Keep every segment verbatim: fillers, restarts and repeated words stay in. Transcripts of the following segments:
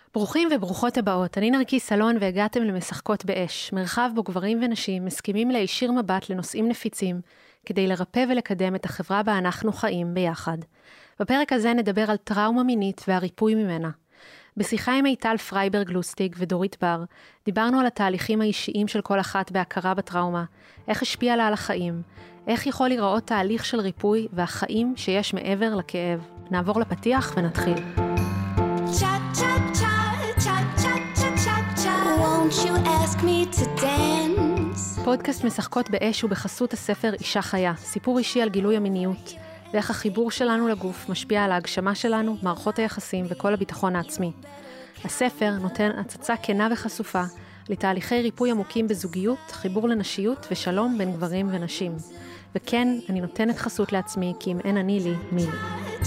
ברוכים וברוכות הבאות, אני נרקיס סלון והגעתם למשחקות באש, מרחב בו גברים ונשים מסכימים להישיר מבט לנושאים נפיצים, כדי לרפא ולקדם את החברה בה אנחנו חיים ביחד. בפרק הזה נדבר על טראומה מינית והריפוי ממנה. בשיחה עם מיטל פרייברג לוסטיג ודורית בר, דיברנו על התהליכים האישיים של כל אחת בהכרה בטראומה, איך השפיע לה על החיים, איך יכול להיראות תהליך של ריפוי והחיים שיש מעבר לכאב. נעבור לפתיח ונתחיל. פודקאסט משחקות באש הוא בחסות הספר אישה חיה, סיפור אישי על גילוי המיניות, ואיך החיבור שלנו לגוף משפיע על ההגשמה שלנו, מערכות היחסים וכל הביטחון העצמי. הספר נותן הצצה כנה וחשופה לתהליכי ריפוי עמוקים בזוגיות, חיבור לנשיות ושלום בין גברים ונשים. וכן, אני נותנת חסות לעצמי, כי אם אין אני לי, מי לי.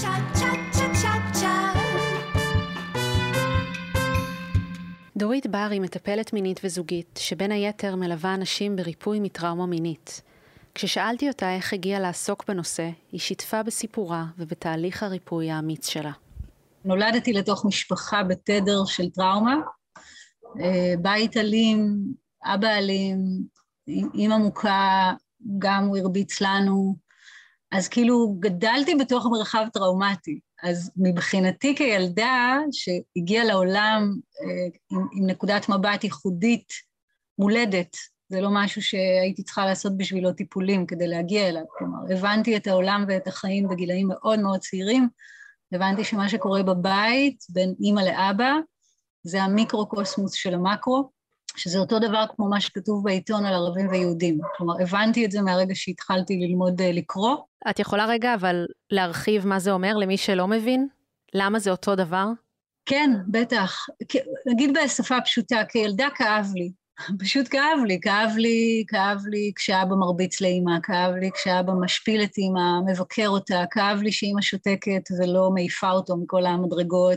דורית בר היא מטפלת מינית וזוגית, שבין היתר מלווה אנשים בריפוי מטראומה מינית. כששאלתי אותה איך הגיעה לעסוק בנושא, היא שיתפה בסיפורה ובתהליך הריפוי האמיץ שלה. נולדתי לתוך משפחה בתדר של טראומה, בית אלים, אבא אלים, אמא מוכה, גם הוא הרביץ לנו, אז כאילו גדלתי בתוך מרחב טראומטי. אז מבחינתי כילדה שהגיעה לעולם עם, עם נקודת מבט ייחודית מולדת, זה לא משהו שהייתי צריכה לעשות בשבילו טיפולים כדי להגיע אליו, כלומר, הבנתי את העולם ואת החיים בגילאים מאוד מאוד צעירים, הבנתי שמה שקורה בבית בין אמא לאבא, זה המיקרוקוסמוס של המקרו, שזה אותו דבר כמו מה שכתוב בעיתון על ערבים ויהודים, כלומר, הבנתי את זה מהרגע שהתחלתי ללמוד לקרוא. את יכולה רגע אבל להרחיב מה זה אומר למי שלא מבין? למה זה אותו דבר? כן, בטח. נגיד בשפה פשוטה, כילדה כאב לי, פשוט כאב לי, כאב לי, כאב לי כשאבא מרביץ לאמא, כאב לי כשאבא משפיל את אמא, מבקר אותה, כאב לי שאמא שותקת ולא מעיפה אותו מכל המדרגות,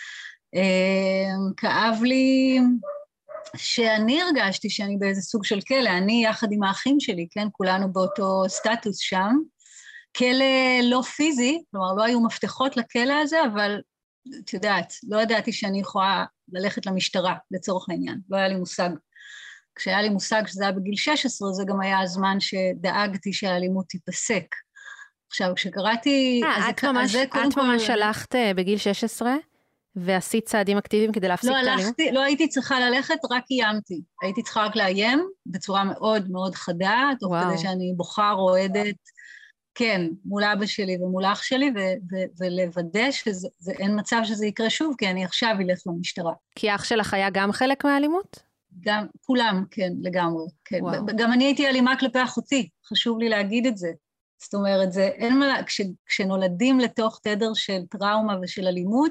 כאב לי שאני הרגשתי שאני באיזה סוג של כלא, אני יחד עם האחים שלי, כן, כולנו באותו סטטוס שם, כלא לא פיזי, כלומר לא היו מפתחות לכלא הזה, אבל את יודעת, לא ידעתי שאני יכולה ללכת למשטרה לצורך העניין, לא היה לי מושג. כשהיה לי מושג שזה היה בגיל שש עשרה, זה גם היה הזמן שדאגתי שהאלימות תיפסק. עכשיו, כשקראתי... אה, את ממש, את ממש הלכת בגיל שש עשרה, ועשית צעדים אקטיביים כדי להפסיק את האלימות? לא הלכתי, לא הייתי צריכה ללכת, רק איימתי. הייתי צריכה רק לאיים, בצורה מאוד מאוד חדה, תוך כדי שאני בוכה, רועדת, כן, מול אבא שלי ומול אח שלי, ו- ו- ולוודא שאין מצב שזה יקרה שוב, כי אני עכשיו אלך למשטרה. כי אח שלך היה גם חלק מהאלימות? גם, כולם, כן, לגמרי. כן. גם אני הייתי אלימה כלפי אחותי, חשוב לי להגיד את זה. זאת אומרת, זה, אין מה, כש, כשנולדים לתוך תדר של טראומה ושל אלימות,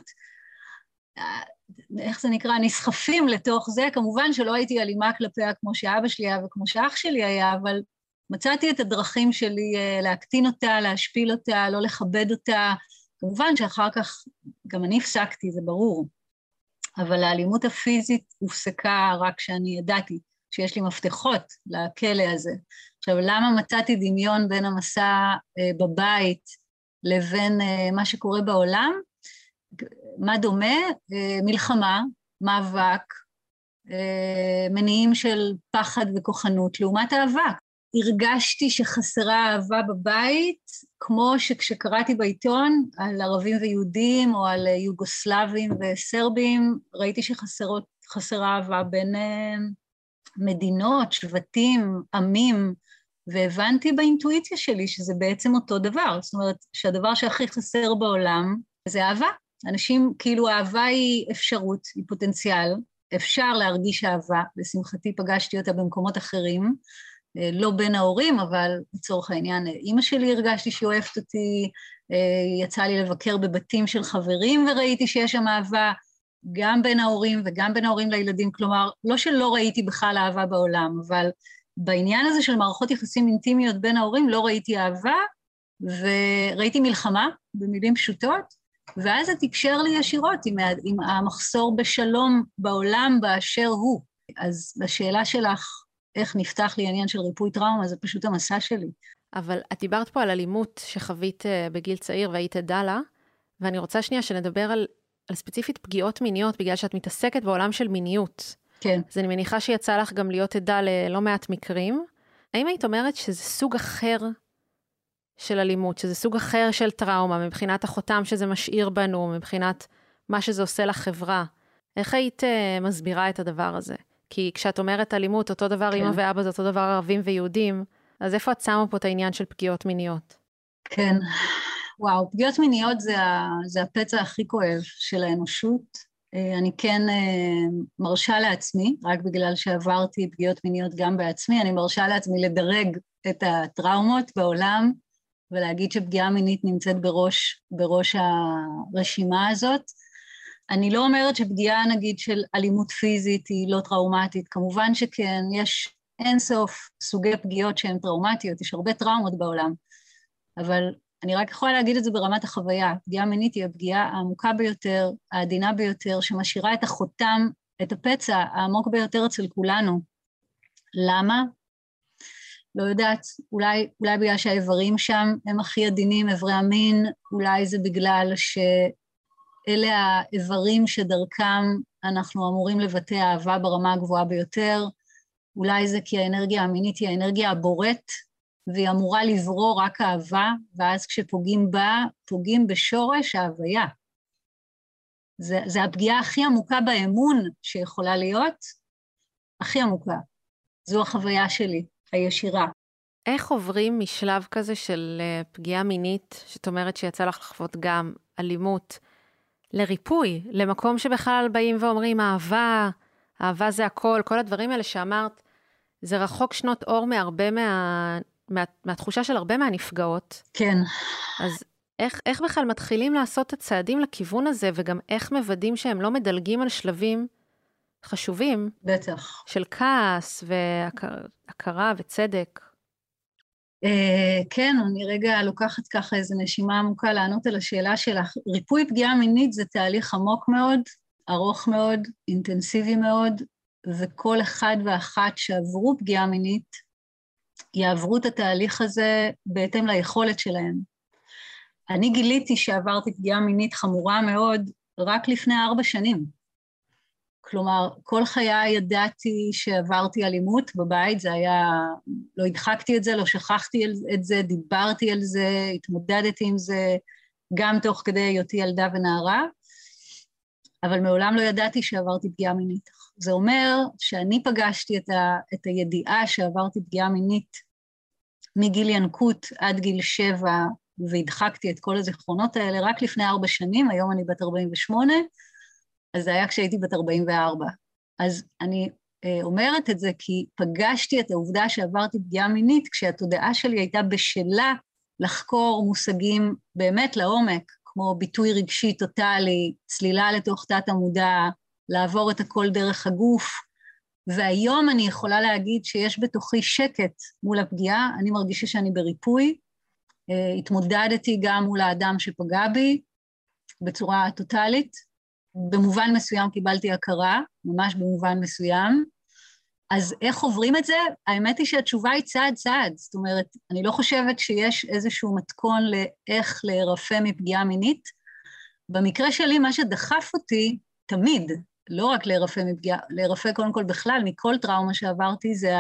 איך זה נקרא, נסחפים לתוך זה, כמובן שלא הייתי אלימה כלפיה כמו שאבא שלי היה וכמו שאח שלי היה, אבל מצאתי את הדרכים שלי להקטין אותה, להשפיל אותה, לא לכבד אותה, כמובן שאחר כך גם אני הפסקתי, זה ברור, אבל האלימות הפיזית הופסקה רק כשאני ידעתי שיש לי מפתחות לכלא הזה. עכשיו, למה מצאתי דמיון בין המסע בבית לבין מה שקורה בעולם? מה דומה? מלחמה, מאבק, מניעים של פחד וכוחנות, לעומת אהבה. הרגשתי שחסרה אהבה בבית, כמו שכשקראתי בעיתון על ערבים ויהודים, או על יוגוסלבים וסרבים, ראיתי שחסרה אהבה בין מדינות, שבטים, עמים, והבנתי באינטואיציה שלי שזה בעצם אותו דבר, זאת אומרת שהדבר שהכי חסר בעולם זה אהבה. אנשים, כאילו האהבה היא אפשרות, היא פוטנציאל, אפשר להרגיש אהבה, לשמחתי פגשתי אותה במקומות אחרים, לא בין ההורים, אבל לצורך העניין, אמא שלי הרגשתי שהיא אוהבת אותי, יצא לי לבקר בבתים של חברים וראיתי שיש שם אהבה, גם בין ההורים וגם בין ההורים לילדים, כלומר, לא שלא ראיתי בכלל אהבה בעולם, אבל בעניין הזה של מערכות יחסים אינטימיות בין ההורים, לא ראיתי אהבה, וראיתי מלחמה, במילים פשוטות, ואז זה תקשר לי ישירות עם, עם המחסור בשלום בעולם באשר הוא. אז לשאלה שלך, איך נפתח לי עניין של ריפוי טראומה, זה פשוט המסע שלי. אבל את דיברת פה על אלימות שחווית בגיל צעיר והיית עדה לה, ואני רוצה שנייה שנדבר על על ספציפית פגיעות מיניות, בגלל שאת מתעסקת בעולם של מיניות. כן. אז אני מניחה שיצא לך גם להיות עדה ללא מעט מקרים. האם היית אומרת שזה סוג אחר של אלימות, שזה סוג אחר של טראומה, מבחינת החותם שזה משאיר בנו, מבחינת מה שזה עושה לחברה? איך היית uh, מסבירה את הדבר הזה? כי כשאת אומרת אלימות, אותו דבר כן. אמא ואבא, זה אותו דבר ערבים ויהודים, אז איפה את שמה פה את העניין של פגיעות מיניות? כן, וואו, פגיעות מיניות זה, זה הפצע הכי כואב של האנושות. אני כן מרשה לעצמי, רק בגלל שעברתי פגיעות מיניות גם בעצמי, אני מרשה לעצמי לדרג את הטראומות בעולם, ולהגיד שפגיעה מינית נמצאת בראש, בראש הרשימה הזאת. אני לא אומרת שפגיעה, נגיד, של אלימות פיזית היא לא טראומטית, כמובן שכן, יש אינסוף סוגי פגיעות שהן טראומטיות, יש הרבה טראומות בעולם, אבל אני רק יכולה להגיד את זה ברמת החוויה. פגיעה מינית היא הפגיעה העמוקה ביותר, העדינה ביותר, שמשאירה את החותם, את הפצע העמוק ביותר אצל כולנו. למה? לא יודעת, אולי, אולי בגלל שהאיברים שם הם הכי עדינים, איברי המין, אולי זה בגלל שאלה האיברים שדרכם אנחנו אמורים לבטא אהבה ברמה הגבוהה ביותר, אולי זה כי האנרגיה המינית היא האנרגיה הבוראת, והיא אמורה לברוא רק אהבה, ואז כשפוגעים בה, פוגעים בשורש ההוויה. זה, זה הפגיעה הכי עמוקה באמון שיכולה להיות, הכי עמוקה. זו החוויה שלי, הישירה. איך עוברים משלב כזה של פגיעה מינית, שאת אומרת שיצא לך לחוות גם אלימות, לריפוי, למקום שבכלל באים ואומרים אהבה, אהבה זה הכל, כל הדברים האלה שאמרת, זה רחוק שנות אור מהרבה מה... מה, מהתחושה של הרבה מהנפגעות. כן. אז איך, איך בכלל מתחילים לעשות את הצעדים לכיוון הזה, וגם איך מוודאים שהם לא מדלגים על שלבים חשובים? בטח. של כעס והכרה וצדק. Uh, כן, אני רגע לוקחת ככה איזו נשימה עמוקה לענות על השאלה שלך. ריפוי פגיעה מינית זה תהליך עמוק מאוד, ארוך מאוד, אינטנסיבי מאוד, וכל אחד ואחת שעברו פגיעה מינית, יעברו את התהליך הזה בהתאם ליכולת שלהם. אני גיליתי שעברתי פגיעה מינית חמורה מאוד רק לפני ארבע שנים. כלומר, כל חיי ידעתי שעברתי אלימות בבית, זה היה, לא הדחקתי את זה, לא שכחתי את זה, דיברתי על זה, התמודדתי עם זה, גם תוך כדי היותי ילדה ונערה, אבל מעולם לא ידעתי שעברתי פגיעה מינית. זה אומר שאני פגשתי את, ה, את הידיעה שעברתי פגיעה מינית מגיל ינקות עד גיל שבע, והדחקתי את כל הזיכרונות האלה רק לפני ארבע שנים, היום אני בת ארבעים ושמונה, אז זה היה כשהייתי בת ארבעים וארבע. אז אני אה, אומרת את זה כי פגשתי את העובדה שעברתי פגיעה מינית, כשהתודעה שלי הייתה בשלה לחקור מושגים באמת לעומק, כמו ביטוי רגשי טוטלי, צלילה לתוך תת המודע, לעבור את הכל דרך הגוף, והיום אני יכולה להגיד שיש בתוכי שקט מול הפגיעה, אני מרגישה שאני בריפוי, התמודדתי גם מול האדם שפגע בי, בצורה טוטלית, במובן מסוים קיבלתי הכרה, ממש במובן מסוים, אז איך עוברים את זה? האמת היא שהתשובה היא צעד צעד, זאת אומרת, אני לא חושבת שיש איזשהו מתכון לאיך להירפא מפגיעה מינית, במקרה שלי מה שדחף אותי תמיד, לא רק להירפא מפגיעה, להירפא קודם כל בכלל, מכל טראומה שעברתי, זה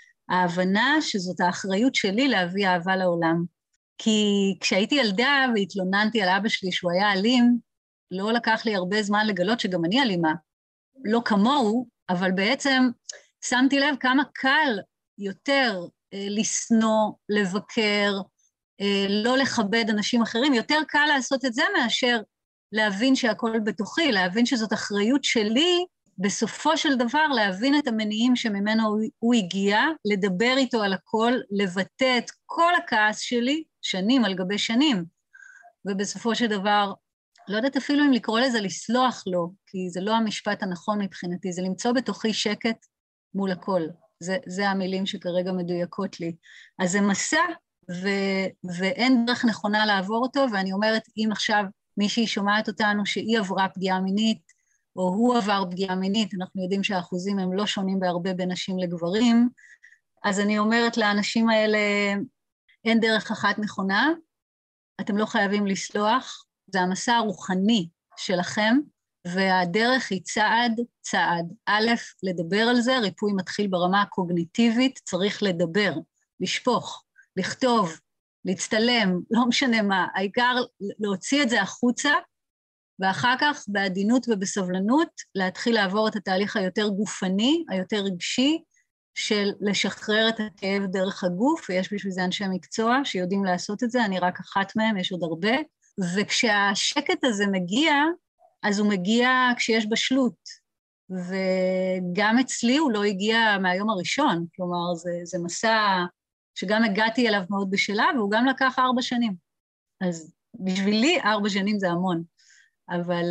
ההבנה שזאת האחריות שלי להביא אהבה לעולם. כי כשהייתי ילדה והתלוננתי על אבא שלי שהוא היה אלים, לא לקח לי הרבה זמן לגלות שגם אני אלימה. לא כמוהו, אבל בעצם שמתי לב כמה קל יותר אה, לסנוע, לבקר, אה, לא לכבד אנשים אחרים, יותר קל לעשות את זה מאשר להבין שהכל בתוכי, להבין שזאת אחריות שלי, בסופו של דבר להבין את המניעים שממנו הוא, הוא הגיע, לדבר איתו על הכל, לבטא את כל הכעס שלי, שנים על גבי שנים, ובסופו של דבר, לא יודעת אפילו אם לקרוא לזה לסלוח לו, כי זה לא המשפט הנכון מבחינתי, זה למצוא בתוכי שקט מול הכל, זה, זה המילים שכרגע מדויקות לי. אז זה מסע, ו, ואין דרך נכונה לעבור אותו, ואני אומרת, אם עכשיו מישהי שומעת אותנו שהיא עברה פגיעה מינית, או הוא עבר פגיעה מינית, אנחנו יודעים שהאחוזים הם לא שונים בהרבה בין נשים לגברים, אז אני אומרת לאנשים האלה, אין דרך אחת נכונה, אתם לא חייבים לסלוח, זה המסע הרוחני שלכם, והדרך היא צעד צעד. א', לדבר על זה, ריפוי מתחיל ברמה הקוגניטיבית, צריך לדבר, לשפוך, לכתוב, להצטלם, לא משנה מה, העיקר להוציא את זה החוצה, ואחר כך בעדינות ובסבלנות להתחיל לעבור את התהליך היותר גופני, היותר רגשי, של לשחרר את הכאב דרך הגוף, ויש בשביל זה אנשי מקצוע שיודעים לעשות את זה, אני רק אחת מהם, יש עוד הרבה, וכשהשקט הזה מגיע, אז הוא מגיע כשיש בשלות, וגם אצלי הוא לא הגיע מהיום הראשון, כלומר זה, זה מסע שגם הגעתי אליו מאוד בשלה, והוא גם לקח ארבע שנים. אז בשבילי ארבע שנים זה המון, אבל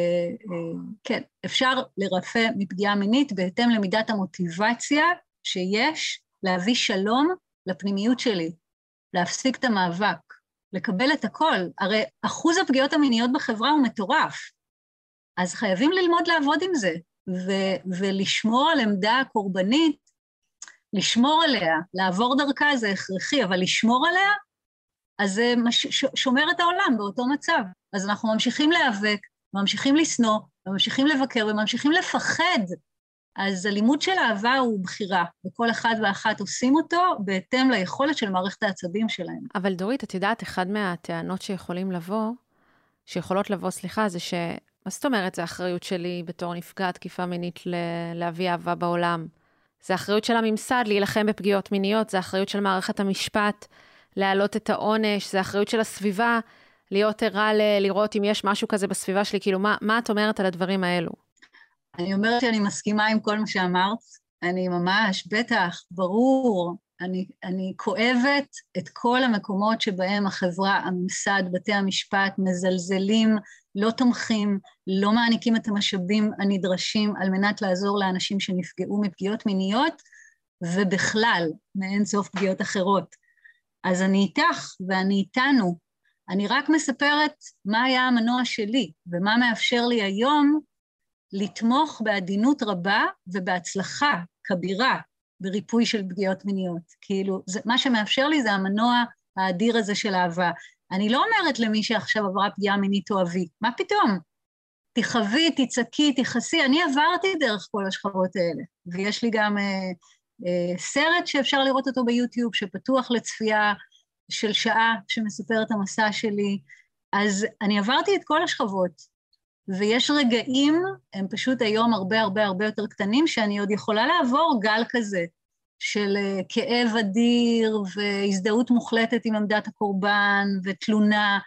כן, אפשר לרפא מפגיעה מינית בהתאם למידת המוטיבציה שיש להביא שלום לפנימיות שלי, להפסיק את המאבק, לקבל את הכל. הרי אחוז הפגיעות המיניות בחברה הוא מטורף, אז חייבים ללמוד לעבוד עם זה, ו- ולשמור על עמדה קורבנית, לשמור עליה, לעבור דרכה זה הכרחי, אבל לשמור עליה, אז זה מש- שומר את העולם באותו מצב. אז אנחנו ממשיכים להיאבק, ממשיכים לשנוא, ממשיכים לבקר וממשיכים לפחד. אז הלימוד של האהבה הוא בחירה, וכל אחד ואחת עושים אותו בהתאם ליכולת של מערכת העצבים שלהם. אבל דורית, את יודעת, אחד מהטענות שיכולים לבוא, שיכולות לבוא, סליחה, זה ש... מה זאת אומרת, זה האחריות שלי בתור נפגעת תקיפה מינית להביא אהבה בעולם. זה האחריות של הממסד להילחם בפגיעות מיניות, זה האחריות של מערכת המשפט להעלות את העונש, זה האחריות של הסביבה להיות ערה ל- לראות אם יש משהו כזה בסביבה שלי, כאילו מה, מה את אומרת על הדברים האלו? אני אומרת שאני מסכימה עם כל מה שאמרת, אני ממש, בטח, ברור, אני, אני כואבת את כל המקומות שבהם החברה, הממסד, בתי המשפט, מזלזלים, לא תומכים, לא מעניקים את המשאבים הנדרשים על מנת לעזור לאנשים שנפגעו מפגיעות מיניות, ובכלל, מאין סוף פגיעות אחרות. אז אני איתך ואני איתנו, אני רק מספרת מה היה המנוע שלי, ומה מאפשר לי היום לתמוך בעדינות רבה ובהצלחה כבירה בריפוי של פגיעות מיניות. כאילו, זה, מה שמאפשר לי זה המנוע האדיר הזה של אהבה. אני לא אומרת למי שעכשיו עברה פגיעה מינית אוהבי, מה פתאום? תחווי, תצעקי, תחסי, אני עברתי דרך כל השכבות האלה, ויש לי גם אה, אה, סרט שאפשר לראות אותו ביוטיוב, שפתוח לצפייה של שעה, שמספר את המסע שלי, אז אני עברתי את כל השכבות, ויש רגעים, הם פשוט היום הרבה הרבה הרבה יותר קטנים, שאני עוד יכולה לעבור גל כזה, של כאב אדיר, והזדהות מוחלטת עם עמדת הקורבן, ותלונה,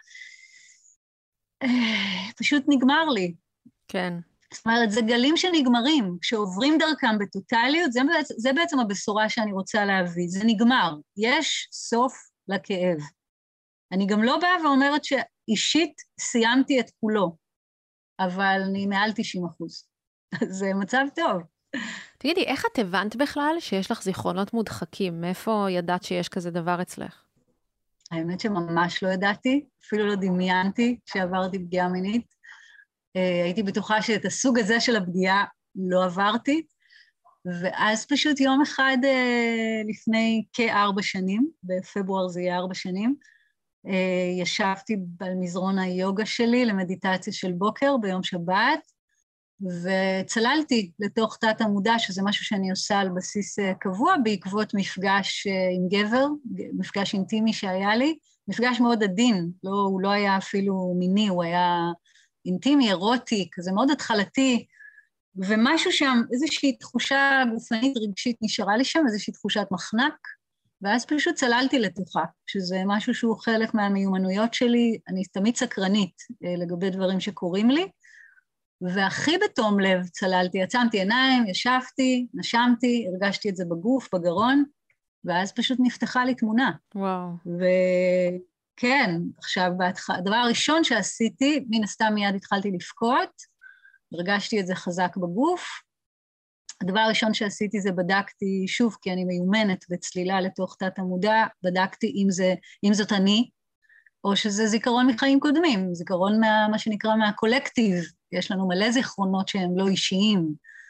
פשוט נגמר לי. כן. זאת אומרת, זה גלים שנגמרים, כשעוברים דרכם בטוטליות, זה בעצם, זה בעצם הבשורה שאני רוצה להביא, זה נגמר, יש סוף לכאב. אני גם לא באה ואומרת שאישית סיימתי את כולו, אבל אני מעל תשעים אחוז. זה מצב טוב. תגידי, איך את הבנת בכלל שיש לך זיכרונות מודחקים? מאיפה ידעת שיש כזה דבר אצלך? האמת שממש לא ידעתי, אפילו לא דמיינתי שעברתי פגיעה מינית. הייתי בטוחה שאת הסוג הזה של הפגיעה לא עברתי, ואז פשוט יום אחד לפני כארבע שנים, בפברואר זה יהיה ארבע שנים, ישבתי על מזרון היוגה שלי למדיטציה של בוקר ביום שבת, וצללתי לתוך תת המודע, שזה משהו שאני עושה על בסיס קבוע, בעקבות מפגש עם גבר, מפגש אינטימי שהיה לי, מפגש מאוד עדין, לא, הוא לא היה אפילו מיני, הוא היה אינטימי, אירוטי, כזה מאוד התחלתי, ומשהו שם, איזושהי תחושה גופנית רגשית נשארה לי שם, איזושהי תחושת מחנק, ואז פשוט צללתי לתוכה, שזה משהו שהוא חלק מהמיומנויות שלי, אני תמיד סקרנית לגבי דברים שקורים לי, והכי בתום לב צללתי, עצמתי עיניים, ישבתי, נשמתי, הרגשתי את זה בגוף, בגרון, ואז פשוט נפתחה לי תמונה. וואו. וכן, עכשיו, הדבר הראשון שעשיתי, מן הסתם מיד התחלתי לפקות, הרגשתי את זה חזק בגוף, הדבר הראשון שעשיתי זה בדקתי, שוב, כי אני מיומנת בצלילה לתוך תת המודע, בדקתי אם, זה, אם זאת אני, או שזה זיכרון מחיים קודמים, זיכרון מה, מה שנקרא מהקולקטיב, יש לנו מלא זיכרונות שהם לא אישיים,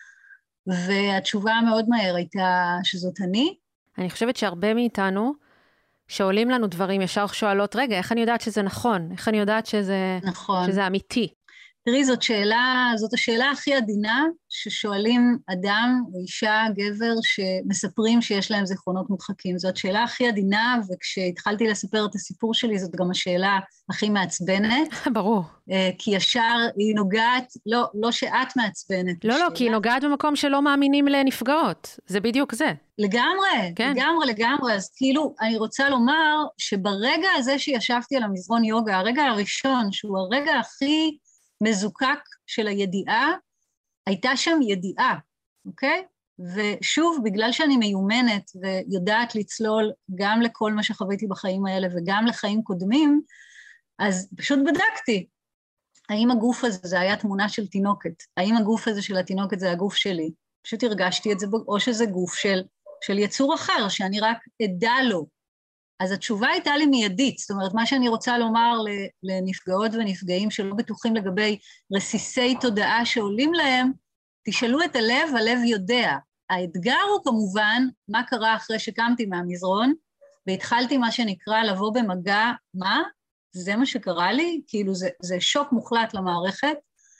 והתשובה המאוד מהר הייתה שזאת אני. אני חושבת שהרבה מאיתנו, שעולים לנו דברים, ישר שואלות, רגע, איך אני יודעת שזה נכון? איך אני יודעת שזה, נכון. שזה אמיתי? תראי, זאת שאלה, זאת השאלה הכי עדינה ששואלים אדם או אישה, גבר, שמספרים שיש להם זיכרונות מודחקים. זאת שאלה הכי עדינה, וכשהתחלתי לספר את הסיפור שלי, זאת גם השאלה הכי מעצבנת. ברור. כי ישר היא נוגעת, לא, לא שאת מעצבנת. לא, לא, כי היא נוגעת במקום שלא מאמינים לנפגעות. זה בדיוק זה. לגמרי, כן. לגמרי, לגמרי. אז כאילו, אני רוצה לומר שברגע הזה שישבתי על המזרון יוגה, הרגע הראשון, שהוא הרגע הכי מזוקק של הידיעה, הייתה שם ידיעה, אוקיי? ושוב, בגלל שאני מיומנת ויודעת לצלול גם לכל מה שחוויתי בחיים האלה וגם לחיים קודמים, אז פשוט בדקתי. האם הגוף הזה, זה היה תמונה של תינוקת? האם הגוף הזה של התינוקת זה הגוף שלי? פשוט הרגשתי את זה, או שזה גוף של, של יצור אחר, שאני רק אדע לו. אז התשובה הייתה לי מיידית, זאת אומרת, מה שאני רוצה לומר לנפגעות ונפגעים שלא בטוחים לגבי רסיסי תודעה שעולים להם, תשאלו את הלב, הלב יודע. האתגר הוא כמובן, מה קרה אחרי שקמתי מהמזרון, והתחלתי מה שנקרא לבוא במגע, מה? זה מה שקרה לי? כאילו זה, זה שוק מוחלט למערכת,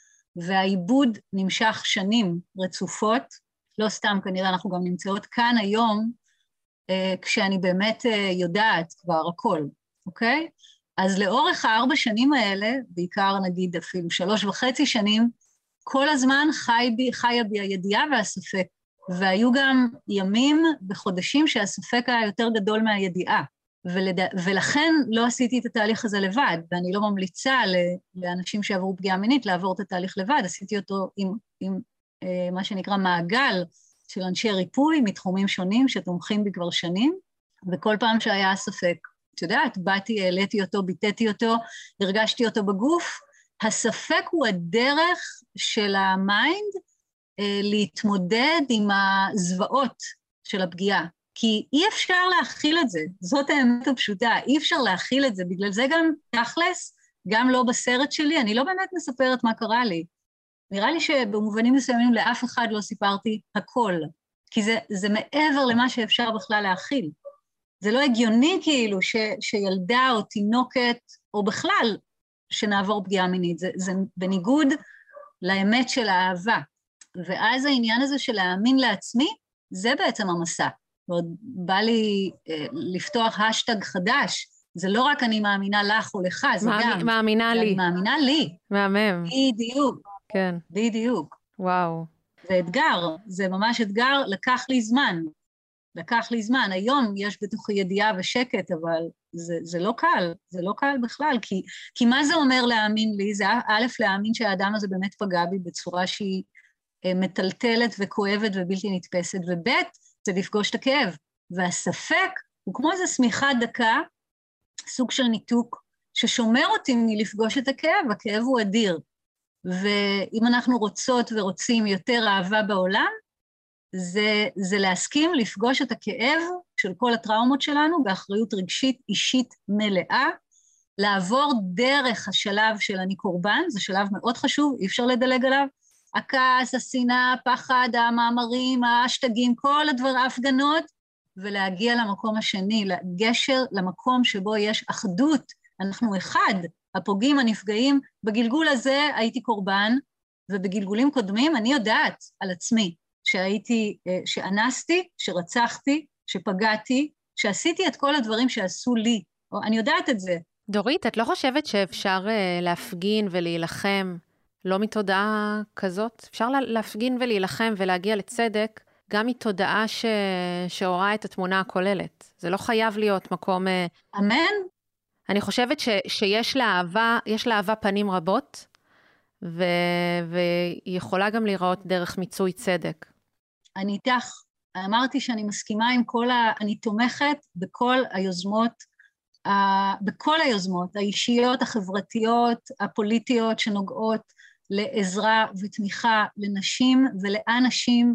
והעיבוד נמשך שנים רצופות, לא סתם כנראה אנחנו גם נמצאות כאן היום, כשאני באמת יודעת כבר הכל, אוקיי? אז לאורך הארבע שנים האלה, בעיקר נגיד אפילו שלוש וחצי שנים, כל הזמן חי בי, חיה בי הידיעה והספק, והיו גם ימים וחודשים שהספק היה יותר גדול מהידיעה, ולד... ולכן לא עשיתי את התהליך הזה לבד, ואני לא ממליצה לאנשים שעברו פגיעה מינית לעבור את התהליך לבד, עשיתי אותו עם, עם מה שנקרא מעגל, של אנשי ריפוי מתחומים שונים שתומכים בי כבר שנים, וכל פעם שהיה ספק, את יודעת, באתי, העליתי אותו, ביטאתי אותו, הרגשתי אותו בגוף, הספק הוא הדרך של המיינד אה, להתמודד עם הזוועות של הפגיעה, כי אי אפשר להכיל את זה, זאת האמת הפשוטה, אי אפשר להכיל את זה, בגלל זה גם תכלס, גם לא בסרט שלי, אני לא באמת מספרת מה קרה לי, נראה לי שבמובנים מסוימים לאף אחד לא סיפרתי הכל, כי זה, זה מעבר למה שאפשר בכלל להכיל. זה לא הגיוני כאילו ש, שילדה או תינוקת, או בכלל שנעבור פגיעה מינית, זה, זה בניגוד לאמת של האהבה. ואז העניין הזה של להאמין לעצמי, זה בעצם המסע. ועוד בא לי אה, לפתוח השטג חדש, זה לא רק אני מאמינה לך או לך, זה מאמ... גם. מאמינה לי. אני מאמינה לי. מהמם. בדיוק. כן. בדיוק. וואו. זה אתגר, זה ממש אתגר, לקח לי זמן. לקח לי זמן. היום יש בתוך ידיעה ושקט, אבל זה, זה לא קל, זה לא קל בכלל, כי, כי מה זה אומר להאמין לי? זה א', להאמין שהאדם הזה באמת פגע בי בצורה שהיא מטלטלת וכואבת ובלתי נתפסת, וב' זה לפגוש את הכאב. והספק הוא כמו איזו שמיכה דקה, סוג של ניתוק, ששומר אותי מלפגוש את הכאב, הכאב הוא אדיר. ואם אנחנו רוצות ורוצים יותר אהבה בעולם, זה, זה להסכים לפגוש את הכאב של כל הטראומות שלנו, באחריות רגשית אישית מלאה, לעבור דרך השלב של אני קורבן, זה שלב מאוד חשוב, אי אפשר לדלג עליו, הכעס, השנאה, הפחד, המאמרים, האשטגים, כל הדבר, ההפגנות, ולהגיע למקום השני, לגשר למקום שבו יש אחדות, אנחנו אחד, הפוגעים, הנפגעים, בגלגול הזה הייתי קורבן, ובגלגולים קודמים אני יודעת על עצמי, שהייתי, שאנסתי, שרצחתי, שפגעתי, שעשיתי את כל הדברים שעשו לי, או, אני יודעת את זה. דורית, את לא חושבת שאפשר להפגין ולהילחם, לא מתודעה כזאת? אפשר להפגין ולהילחם ולהגיע לצדק, גם מתודעה ש... שהוראה את התמונה הכוללת. זה לא חייב להיות מקום... אמן. אני חושבת ש... שיש לאהבה, יש לאהבה פנים רבות, ו... והיא יכולה גם להיראות דרך מיצוי צדק. אני איתך, אמרתי שאני מסכימה עם כל ה... אני תומכת בכל היוזמות, ה... בכל היוזמות, האישיות, החברתיות, הפוליטיות, שנוגעות לעזרה ותמיכה לנשים ולאנשים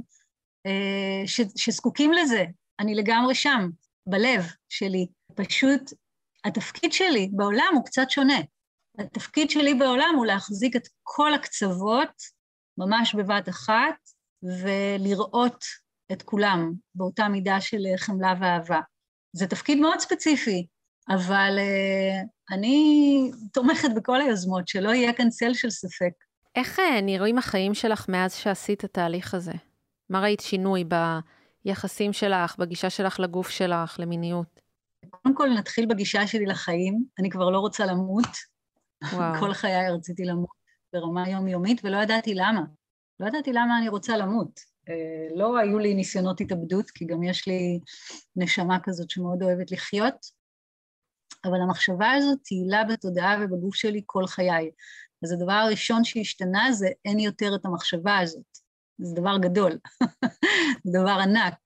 אה, ש... שזקוקים לזה. אני לגמרי שם, בלב שלי. פשוט התפקיד שלי בעולם הוא קצת שונה. התפקיד שלי בעולם הוא להחזיק את כל הקצוות, ממש בבת אחת, ולראות את כולם באותה מידה של חמלה ואהבה. זה תפקיד מאוד ספציפי, אבל uh, אני תומכת בכל היוזמות, שלא יהיה כאן צל של ספק. איך נראים החיים שלך מאז שעשית את התהליך הזה? מה ראית שינוי ביחסים שלך, בגישה שלך לגוף שלך, למיניות? קודם כל נתחיל בגישה שלי לחיים, אני כבר לא רוצה למות. וואו. כל חיי רציתי למות ברמה יומיומית, ולא ידעתי למה. לא ידעתי למה אני רוצה למות. לא היו לי ניסיונות התאבדות, כי גם יש לי נשמה כזאת שמאוד אוהבת לחיות, אבל המחשבה הזאת תהילה בתודעה ובגוף שלי כל חיי. אז הדבר הראשון שהשתנה זה אין יותר את המחשבה הזאת. זה דבר גדול, זה דבר ענק.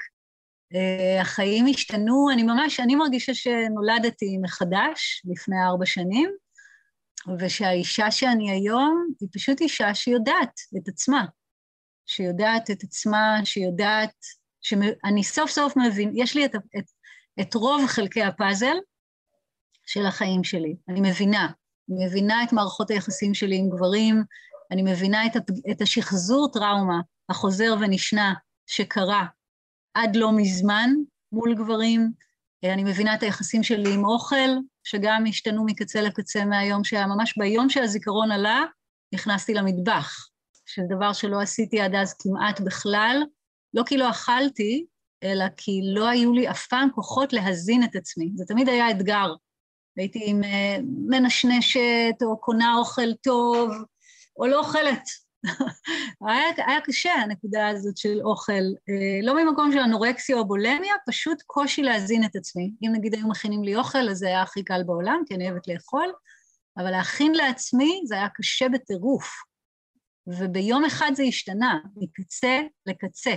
החיים השתנו, אני ממש, אני מרגישה שנולדתי מחדש לפני ארבע שנים, ושהאישה שאני היום היא פשוט אישה שיודעת את עצמה, שיודעת את עצמה, שיודעת, שאני סוף סוף מבין, יש לי את, את, את רוב חלקי הפאזל של החיים שלי, אני מבינה, אני מבינה את מערכות היחסים שלי עם גברים, אני מבינה את, את השחזור טראומה, החוזר ונשנה שקרה עד לא מזמן מול גברים, אני מבינה את היחסים שלי עם אוכל, שגם השתנו מקצה לקצה מהיום שהיה, ממש ביום שהזיכרון עלה, נכנסתי למטבח, שזה דבר שלא עשיתי עד אז כמעט בכלל, לא כי לא אכלתי, אלא כי לא היו לי אף פעם כוחות להזין את עצמי, זה תמיד היה אתגר, הייתי עם מנשנשת, או קונה אוכל טוב, או לא אוכלת, היה, היה קשה הנקודה הזאת של אוכל, לא ממקום של אנורקסיה או בולמיה, פשוט קושי להזין את עצמי. אם נגיד היו מכינים לי אוכל, אז זה היה הכי קל בעולם, כי אני אוהבת לאכול, אבל להכין לעצמי זה היה קשה בטירוף. וביום אחד זה השתנה, מקצה לקצה.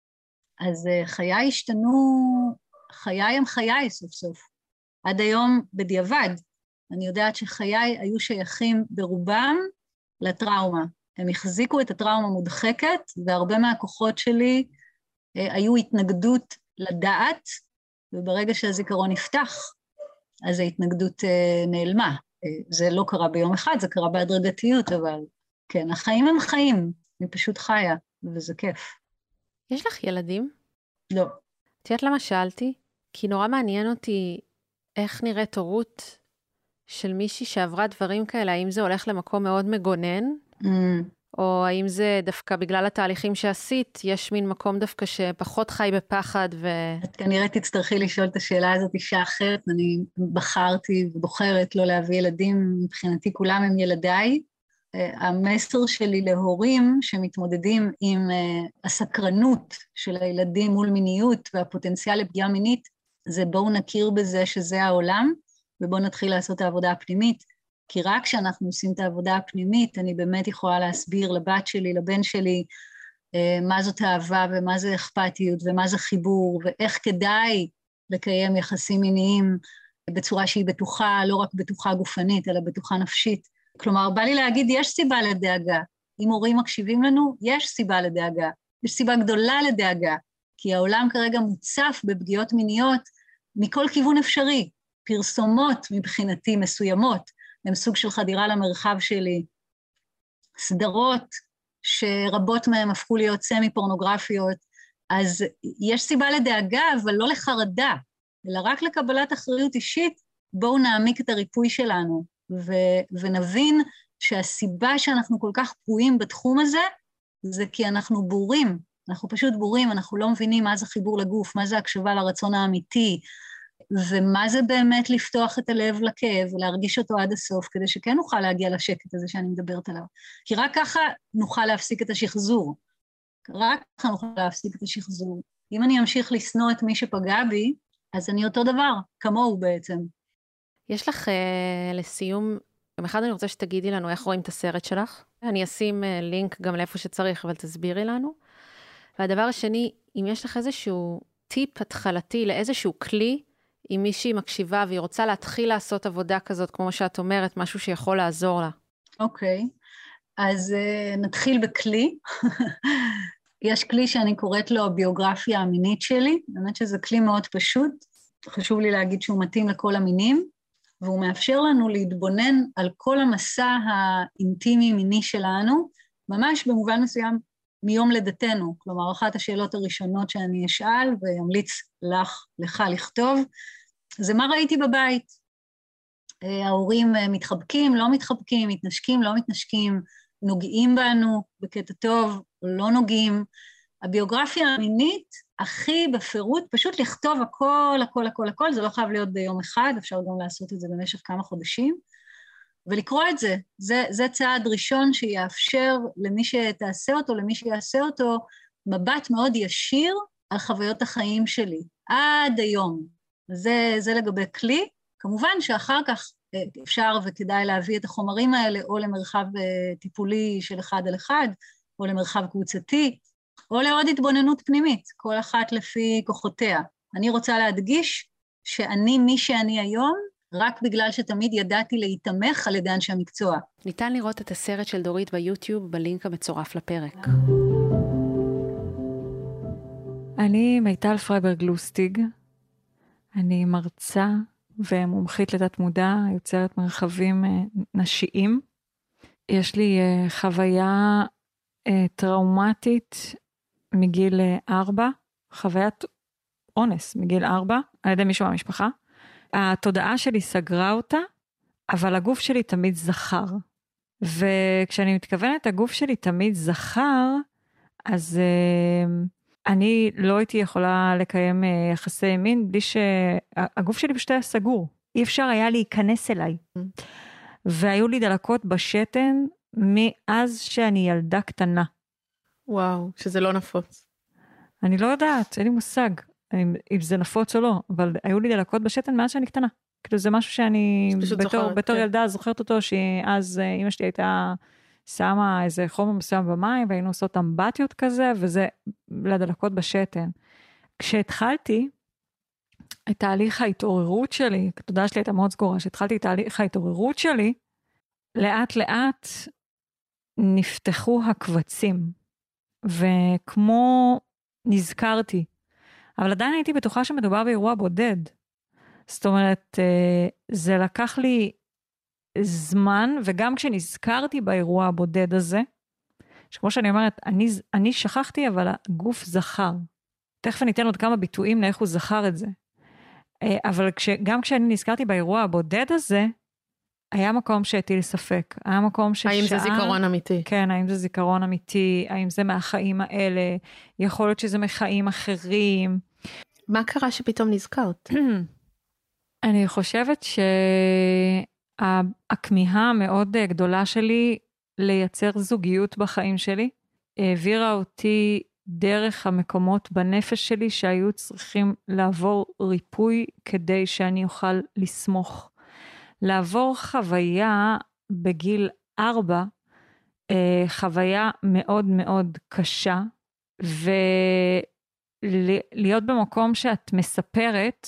אז חיי השתנו, חיי הם חיי סוף סוף. עד היום בדיעבד, אני יודעת שחיי היו שייכים ברובם לטראומה. הם החזיקו את הטראומה מודחקת, והרבה מהכוחות שלי אה, היו התנגדות לדעת, וברגע שהזיכרון נפתח, אז ההתנגדות אה, נעלמה. אה, זה לא קרה ביום אחד, זה קרה בהדרגתיות, אבל כן, החיים הם חיים, אני פשוט חיה, וזה כיף. יש לך ילדים? לא. את יודעת למה שאלתי? כי נורא מעניין אותי איך נראית הורות של מישהי שעברה דברים כאלה, האם זה הולך למקום מאוד מגונן, Mm. או האם זה דווקא בגלל התהליכים שעשית, יש מין מקום דווקא שפחות חי בפחד ו... את כנראה תצטרכי לשאול את השאלה הזאת אישה אחרת, אני בחרתי ובוחרת לא להביא ילדים, מבחינתי כולם הם ילדיי. המסר שלי להורים שמתמודדים עם הסקרנות של הילדים מול מיניות והפוטנציאל לפגיעה מינית, זה בואו נכיר בזה שזה העולם, ובואו נתחיל לעשות את העבודה הפנימית, כי רק כשאנחנו עושים את העבודה הפנימית, אני באמת יכולה להסביר לבת שלי, לבן שלי, מה זאת אהבה ומה זה אכפתיות ומה זה חיבור, ואיך כדאי לקיים יחסים מיניים בצורה שהיא בטוחה, לא רק בטוחה גופנית, אלא בטוחה נפשית. כלומר, בא לי להגיד, יש סיבה לדאגה. אם הורים מקשיבים לנו, יש סיבה לדאגה. יש סיבה גדולה לדאגה, כי העולם כרגע מוצף בפגיעות מיניות מכל כיוון אפשרי. פרסומות מבחינתי מסוימות, הם סוג של חדירה למרחב שלי, סדרות שרבות מהן הפכו להיות סמי-פורנוגרפיות, אז יש סיבה לדאגה, אבל לא לחרדה, אלא רק לקבלת אחריות אישית, בואו נעמיק את הריפוי שלנו, ו- ונבין שהסיבה שאנחנו כל כך פרועים בתחום הזה, זה כי אנחנו בורים, אנחנו פשוט בורים, אנחנו לא מבינים מה זה חיבור לגוף, מה זה הקשבה לרצון האמיתי, ומה זה באמת לפתוח את הלב לכאב, ולהרגיש אותו עד הסוף, כדי שכן נוכל להגיע לשקט הזה שאני מדברת עליו. כי רק ככה נוכל להפסיק את השחזור. רק ככה נוכל להפסיק את השחזור. אם אני אמשיך לשנוא את מי שפגע בי, אז אני אותו דבר, כמוהו בעצם. יש לך, uh, לסיום, גם אחד אני רוצה שתגידי לנו איך רואים את הסרט שלך. אני אשים uh, לינק גם לאיפה שצריך, אבל תסבירי לנו. והדבר השני, אם יש לך איזשהו טיפ התחלתי לאיזשהו כלי, אם מישהי מקשיבה והיא רוצה להתחיל לעשות עבודה כזאת, כמו שאת אומרת, משהו שיכול לעזור לה. אוקיי, okay. אז uh, נתחיל בכלי. יש כלי שאני קוראת לו הביוגרפיה המינית שלי, באמת שזה כלי מאוד פשוט, חשוב לי להגיד שהוא מתאים לכל המינים, והוא מאפשר לנו להתבונן על כל המסע האינטימי מיני שלנו, ממש במובן מסוים מיום לידתנו, כלומר אחת השאלות הראשונות שאני אשאל וימליץ לך, לך לכתוב, זה מה ראיתי בבית. ההורים מתחבקים, לא מתחבקים, מתנשקים, לא מתנשקים, נוגעים בנו בקטע טוב, לא נוגעים. הביוגרפיה המינית הכי בפירוט, פשוט לכתוב הכל, הכל, הכל, הכל, זה לא חייב להיות ביום אחד, אפשר גם לעשות את זה במשך כמה חודשים, ולקרוא את זה. זה, זה צעד ראשון שיאפשר למי שתעשה אותו, למי שיעשה אותו, מבט מאוד ישיר על חוויות החיים שלי, עד היום. זה, זה לגבי כלי. כמובן שאחר כך אפשר וכדאי להביא את החומרים האלה, או למרחב טיפולי של אחד על אחד, או למרחב קבוצתי, או לעוד התבוננות פנימית, כל אחת לפי כוחותיה. אני רוצה להדגיש שאני מי שאני היום, רק בגלל שתמיד ידעתי להתמך על ידי אנשי המקצוע. ניתן לראות את הסרט של דורית ביוטיוב בלינק המצורף לפרק. אני מיטל פרייברג לוסטיג, אני מרצה ומומחית לתת מודע, יוצרת מרחבים נשיים. יש לי חוויה טראומטית מגיל ארבע, חוויית אונס מגיל ארבע, על ידי מישהו מהמשפחה. התודעה שלי סגרה אותה, אבל הגוף שלי תמיד זכר. וכשאני מתכוונת, הגוף שלי תמיד זכר, אז אני לא הייתי יכולה לקיים יחסי מין, בלי שהגוף שלי פשוט היה סגור. אי אפשר היה להיכנס אליי. והיו לי דלקות בשתן, מאז שאני ילדה קטנה. וואו, שזה לא נפוץ. אני לא יודעת, אין לי מושג, אם זה נפוץ או לא, אבל היו לי דלקות בשתן מאז שאני קטנה. כאילו זה משהו שאני בתור, זוכרת, בתור כן. ילדה זוכרת אותו, שאז אמא שלי הייתה שמה איזה חומר מסוים במים, והיינו עושות אמבטיות כזה, וזה לדלקות בשתן. כשהתחלתי את תהליך ההתעוררות שלי, התודעה שלי הייתה מאוד סגורה, כשהתחלתי את תהליך ההתעוררות שלי, לאט לאט נפתחו הקבצים, וכמו נזכרתי, אבל עדיין הייתי בטוחה שמדובר באירוע בודד. זאת אומרת, זה לקח לי זמן, וגם כשנזכרתי באירוע הבודד הזה, שכמו שאני אומרת, אני, אני שכחתי, אבל הגוף זכר. תכף אני אתן עוד כמה ביטויים לאיך הוא זכר את זה. אבל כש, גם כשאני נזכרתי באירוע הבודד הזה, היה מקום שהטיל ספק, היה מקום ששעה... האם זה זיכרון אמיתי? כן, האם זה זיכרון אמיתי, האם זה מהחיים האלה, יכול להיות שזה מחיים אחרים. מה קרה שפתאום נזכרת? אני חושבת שהכמיהה המאוד גדולה שלי לייצר זוגיות בחיים שלי, העבירה אותי דרך המקומות בנפש שלי שהיו צריכים לעבור ריפוי כדי שאני אוכל לסמוך. לעבור חוויה בגיל ארבע, חוויה מאוד מאוד קשה, ולהיות במקום שאת מספרת,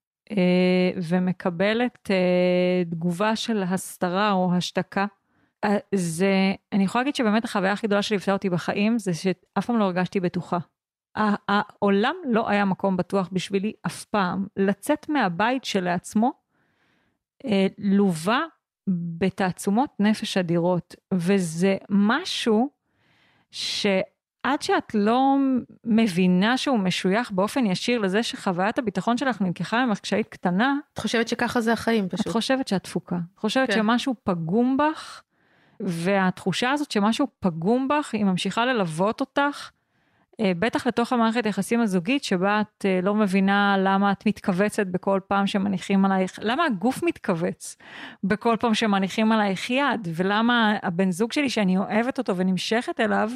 ומקבלת תגובה של הסתרה או השתקה, זה, אני יכולה להגיד שבאמת החוויה הכי גדולה שליוותה אותי בחיים, זה שאף פעם לא הרגשתי בטוחה. העולם לא היה מקום בטוח בשבילי אף פעם. לצאת מהבית שלעצמו, לובה בתעצומות נפש אדירות, וזה משהו שעד שאת לא מבינה שהוא משוייך באופן ישיר לזה שחוויית הביטחון שלך נלקחה ממך כשהיית קטנה, את חושבת שככה זה החיים פשוט. את חושבת שאת תפוקה. את חושבת כן. שמשהו פגום בך, והתחושה הזאת שמשהו פגום בך, היא ממשיכה ללוות אותך, בטח לתוך המערכת היחסים הזוגית, שבה את לא מבינה למה את מתכווצת בכל פעם שמניחים עלייך, למה הגוף מתכווץ בכל פעם שמניחים עלייך יד, ולמה הבן זוג שלי שאני אוהבת אותו ונמשכת אליו,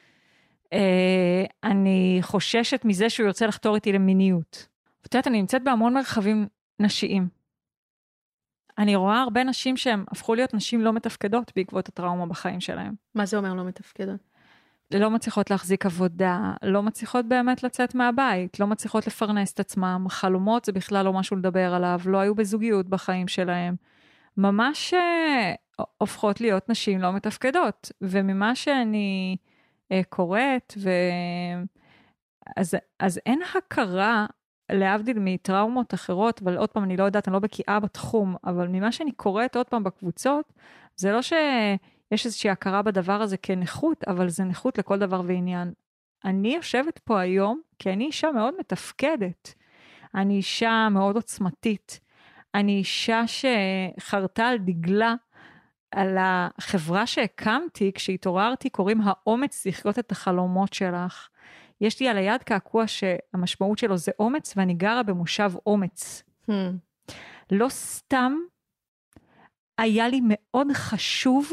אני חוששת מזה שהוא ירצה לחתור איתי למיניות. ואת יודעת, אני נמצאת בהמון מרחבים נשיים. אני רואה הרבה נשים שהן הפכו להיות נשים לא מתפקדות בעקבות הטראומה בחיים שלהם. מה זה אומר לא מתפקדות? לא מצליחות להחזיק עבודה, לא מצליחות באמת לצאת מהבית, לא מצליחות לפרנס את עצמם, חלומות זה בכלל לא משהו לדבר עליו, לא היו בזוגיות בחיים שלהם, ממש הופכות להיות נשים לא מתפקדות, וממה שאני קוראת, ו... אז, אז אין הכרה, להבדיל מטראומות אחרות, אבל עוד פעם אני לא יודעת, אני לא בקיאה בתחום, אבל ממה שאני קוראת עוד פעם בקבוצות, זה לא ש... יש איזושהי הכרה בדבר הזה כנכות, אבל זה נכות לכל דבר ועניין. אני יושבת פה היום, כי אני אישה מאוד מתפקדת. אני אישה מאוד עוצמתית. אני אישה שחרתה על דגלה על החברה שהקמתי, כשהתעוררתי, קוראים האומץ לחיות את החלומות שלך. יש לי על היד קעקוע שהמשמעות שלו זה אומץ, ואני גרה במושב אומץ. Hmm. לא סתם, היה לי מאוד חשוב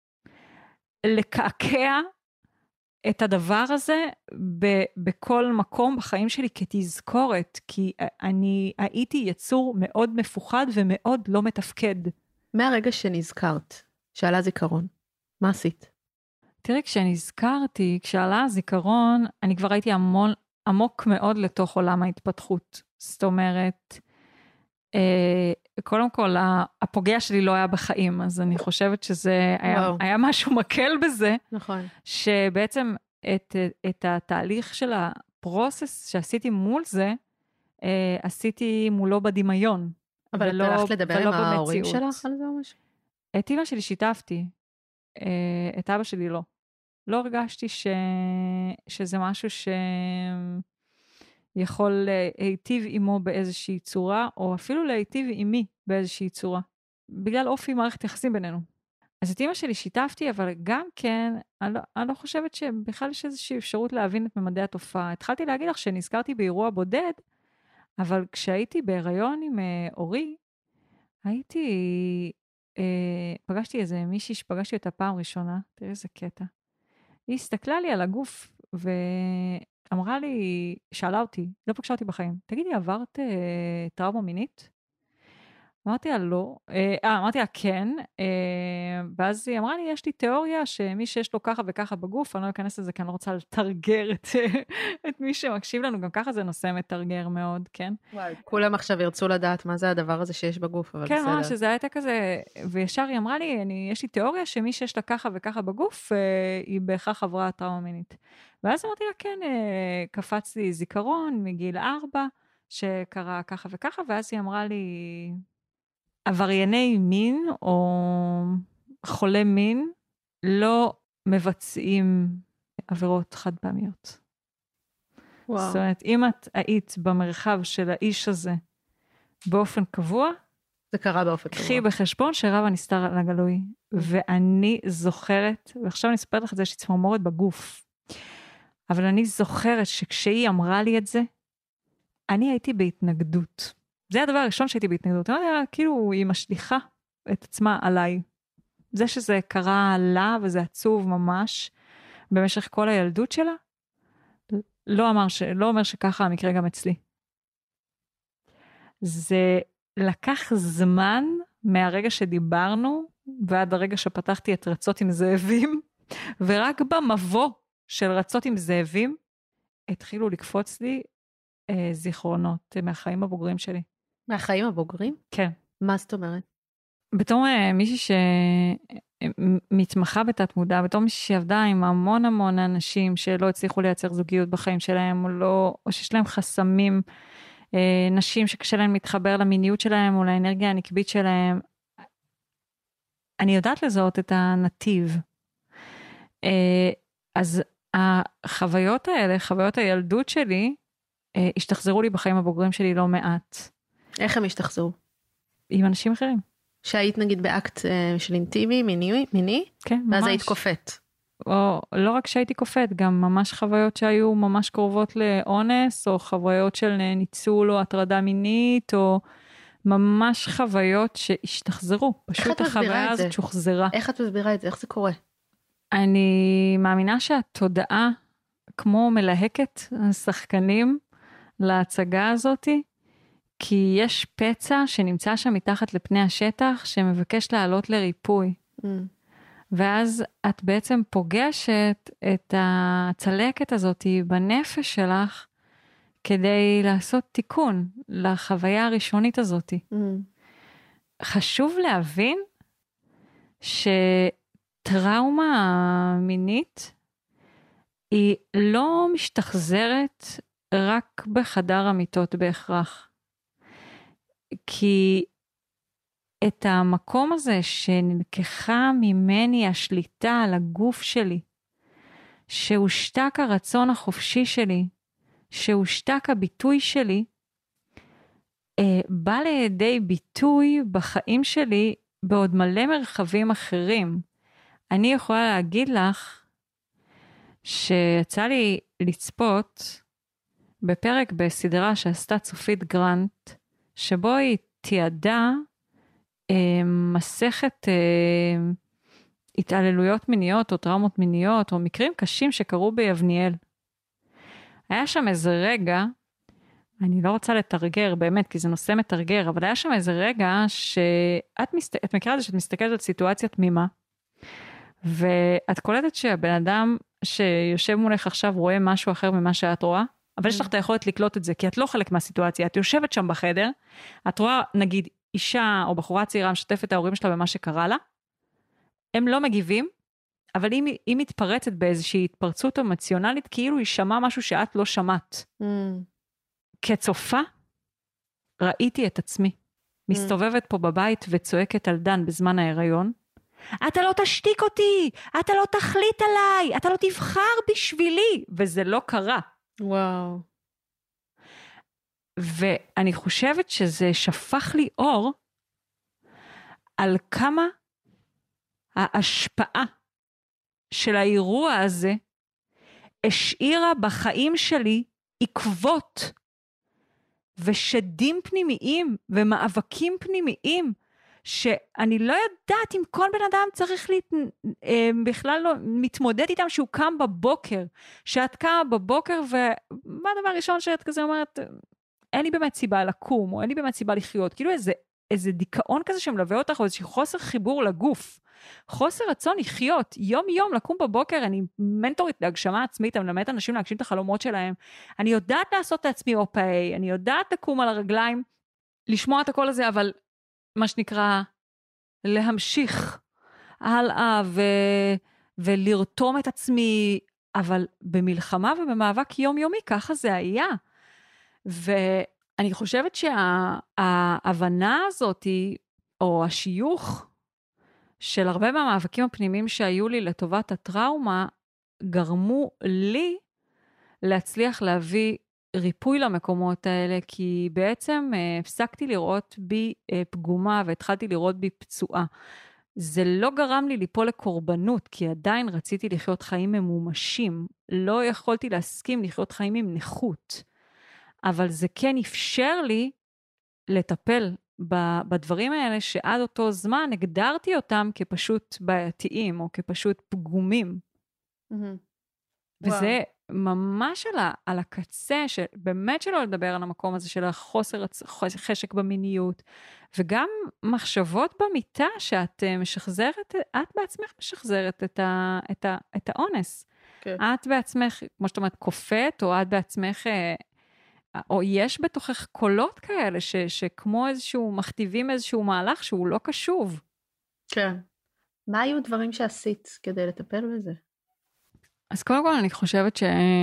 לקעקע את הדבר הזה ב- בכל מקום בחיים שלי כתזכורת, כי אני הייתי יצור מאוד מפוחד ומאוד לא מתפקד. מהרגע שנזכרת, שעלה זיכרון, מה עשית? תראי, כשנזכרתי, כשעלה הזיכרון, אני כבר הייתי המון, עמוק מאוד לתוך עולם ההתפתחות. זאת אומרת, אה, קודם כל, הפוגע שלי לא היה בחיים, אז אני חושבת שזה היה, היה משהו מקל בזה, נכון. שבעצם את, את התהליך של הפרוסס שעשיתי מול זה, אה, עשיתי מולו בדמיון. אבל ולא, את הלכת לדבר עם ההורים במציאות. שלך על זה או משהו? את אמא שלי שיתפתי, אה, את אבא שלי לא. לא הרגשתי ש... שזה משהו שיכול להיטיב עמו באיזושהי צורה, או אפילו להיטיב עמי באיזושהי צורה, בגלל אופי מערכת יחסים בינינו. אז את אמא שלי שיתפתי, אבל גם כן, אני לא, אני לא חושבת שבכלל יש איזושהי אפשרות להבין את ממדי התופעה. התחלתי להגיד לך שנזכרתי באירוע בודד, אבל כשהייתי בהיריון עם אה, אורי, הייתי, אה, פגשתי איזה מישהי שפגשתי אותה פעם ראשונה, תראי איזה קטע. היא הסתכלה לי על הגוף ואמרה לי, שאלה אותי, לא פגשה אותי בחיים, תגידי, עברת אה, טראומה מינית? אמרתי לה לא, אה, אמרתי לה כן, אה, ואז היא אמרה לי, יש לי תיאוריה שמי שיש לו ככה וככה בגוף, אני לא אכנס לזה כי אני לא רוצה לתרגר את, את מי שמקשיב לנו, גם ככה זה נושא מתרגר מאוד, כן? וואי, כולם עכשיו ירצו לדעת מה זה הדבר הזה שיש בגוף, אבל כן, בסדר. כן, ממש, שזה הייתה כזה, וישר היא אמרה לי, אני, יש לי תיאוריה שמי שיש לה ככה וככה בגוף, אה, היא בהכרח עברה טראומה מינית. ואז אמרתי לה, כן, אה, קפץ לי זיכרון מגיל ארבע, שקרה ככה וככה, ואז היא אמרה לי, עברייני מין או חולי מין לא מבצעים עבירות חד פעמיות. וואו. זאת אומרת, אם את היית במרחב של האיש הזה באופן קבוע, זה קרה באופן קבוע. קחי בחשבון שרב הנסתר על הגלוי. ואני זוכרת, ועכשיו אני אספר לך את זה, יש לי צמרמורת בגוף, אבל אני זוכרת שכשהיא אמרה לי את זה, אני הייתי בהתנגדות. זה הדבר הראשון שהייתי בהתנגדות. אני יודע, כאילו, היא משליחה את עצמה עליי. זה שזה קרה לה, וזה עצוב ממש, במשך כל הילדות שלה, לא אומר, ש... לא אומר שככה המקרה גם אצלי. זה לקח זמן מהרגע שדיברנו, ועד הרגע שפתחתי את רצות עם זאבים, ורק במבוא של רצות עם זאבים, התחילו לקפוץ לי אה, זיכרונות מהחיים הבוגרים שלי. מהחיים הבוגרים? כן. מה זאת אומרת? בתור uh, מישהי שמתמחה בתת מודע, בתור מישהי שעבדה עם המון המון אנשים שלא הצליחו לייצר זוגיות בחיים שלהם, או, לא, או שיש להם חסמים, uh, נשים שקשה להם להתחבר למיניות שלהם, או לאנרגיה הנקבית שלהם, אני יודעת לזהות את הנתיב. Uh, אז החוויות האלה, חוויות הילדות שלי, uh, השתחזרו לי בחיים הבוגרים שלי לא מעט. איך הם השתחזרו? עם אנשים אחרים. שהיית נגיד באקט uh, של אינטימי, מיני, מיני? כן, ממש. ואז היית קופאת. או לא רק שהייתי קופאת, גם ממש חוויות שהיו ממש קרובות לאונס, או חוויות של ניצול או הטרדה מינית, או ממש חוויות שהשתחזרו. פשוט החוויה הזאת שוחזרה. איך את מסבירה את זה? איך זה קורה? אני מאמינה שהתודעה, כמו מלהקת שחקנים להצגה הזאת, כי יש פצע שנמצא שם מתחת לפני השטח, שמבקש לעלות לריפוי. Mm. ואז את בעצם פוגשת את הצלקת הזאת בנפש שלך, כדי לעשות תיקון לחוויה הראשונית הזאת. Mm. חשוב להבין שטראומה מינית היא לא משתחזרת רק בחדר המיטות בהכרח. כי את המקום הזה שנלקחה ממני השליטה על הגוף שלי, שהושתק הרצון החופשי שלי, שהושתק הביטוי שלי, בא לידי ביטוי בחיים שלי בעוד מלא מרחבים אחרים. אני יכולה להגיד לך שיצא לי לצפות בפרק בסדרה שעשתה צופית גרנט, שבו היא תיעדה אה, מסכת אה, התעללויות מיניות או טראומות מיניות או מקרים קשים שקרו ביבניאל. היה שם איזה רגע, אני לא רוצה לתרגר באמת, כי זה נושא מתרגר, אבל היה שם איזה רגע שאת מסת... את מכירה את זה שאת מסתכלת על סיטואציה תמימה, ואת קולטת שהבן אדם שיושב מולך עכשיו רואה משהו אחר ממה שאת רואה, אבל יש לך את היכולת לקלוט את זה, כי את לא חלק מהסיטואציה, את יושבת שם בחדר, את רואה נגיד אישה או בחורה צעירה משתפת את ההורים שלה במה שקרה לה, הם לא מגיבים, אבל היא, היא מתפרצת באיזושהי התפרצות אמוציונלית, כאילו היא שמעה משהו שאת לא שמעת. Mm. כצופה, ראיתי את עצמי, מסתובבת פה בבית וצועקת על דן בזמן ההיריון, אתה לא תשתיק אותי, אתה לא תחליט עליי, אתה לא תבחר בשבילי, וזה לא קרה. וואו. ואני חושבת שזה שפך לי אור, על כמה ההשפעה של האירוע הזה, השאירה בחיים שלי עקבות, ושדים פנימיים, ומאבקים פנימיים, שאני לא יודעת אם כל בן אדם צריך להת... בכלל לא מתמודד איתם שהוא קם בבוקר, שאת קמה בבוקר, ומה הדבר הראשון שאת כזה אומרת, אין לי באמת סיבה לקום, או אין לי באמת סיבה לחיות, כאילו איזה, איזה דיכאון כזה שמלווה אותך, או איזושהי חוסר חיבור לגוף, חוסר רצון לחיות, יום יום לקום בבוקר, אני מנטורית להגשמה עצמית, אני מלמדת אנשים להגשים את החלומות שלהם, אני יודעת לעשות את עצמי אופאי, אני יודעת לקום על הרגליים, לשמוע את הכל הזה, אבל מה שנקרא, להמשיך הלאה ו... ולרתום את עצמי, אבל במלחמה ובמאבק יומיומי, ככה זה היה. ואני חושבת שההבנה הזאת, או השיוך של הרבה מהמאבקים הפנימיים שהיו לי לטובת הטראומה, גרמו לי להצליח להביא ריפוי למקומות האלה, כי בעצם אה, הפסקתי לראות בי אה, פגומה, והתחלתי לראות בי פצועה. זה לא גרם לי ליפול לקורבנות, כי עדיין רציתי לחיות חיים ממומשים. לא יכולתי להסכים לחיות חיים עם נכות. אבל זה כן אפשר לי לטפל ב- בדברים האלה, שעד אותו זמן הגדרתי אותם כפשוט בעייתיים, או כפשוט פגומים. Mm-hmm. וזה wow. ממש על, ה- על הקצה, שבאמת שלא לדבר על המקום הזה, של החוסר חשק במיניות, וגם מחשבות במיטה, שאת משחזרת, את בעצמך משחזרת את, ה- את, ה- את האונס. Okay. את בעצמך, כמו שאת אומרת, קופאת, או את בעצמך... או יש בתוכך קולות כאלה, ש, שכמו איזשהו, מכתיבים איזשהו מהלך שהוא לא קשוב. כן. מה היו דברים שעשית כדי לטפל בזה? אז קודם כל אני חושבת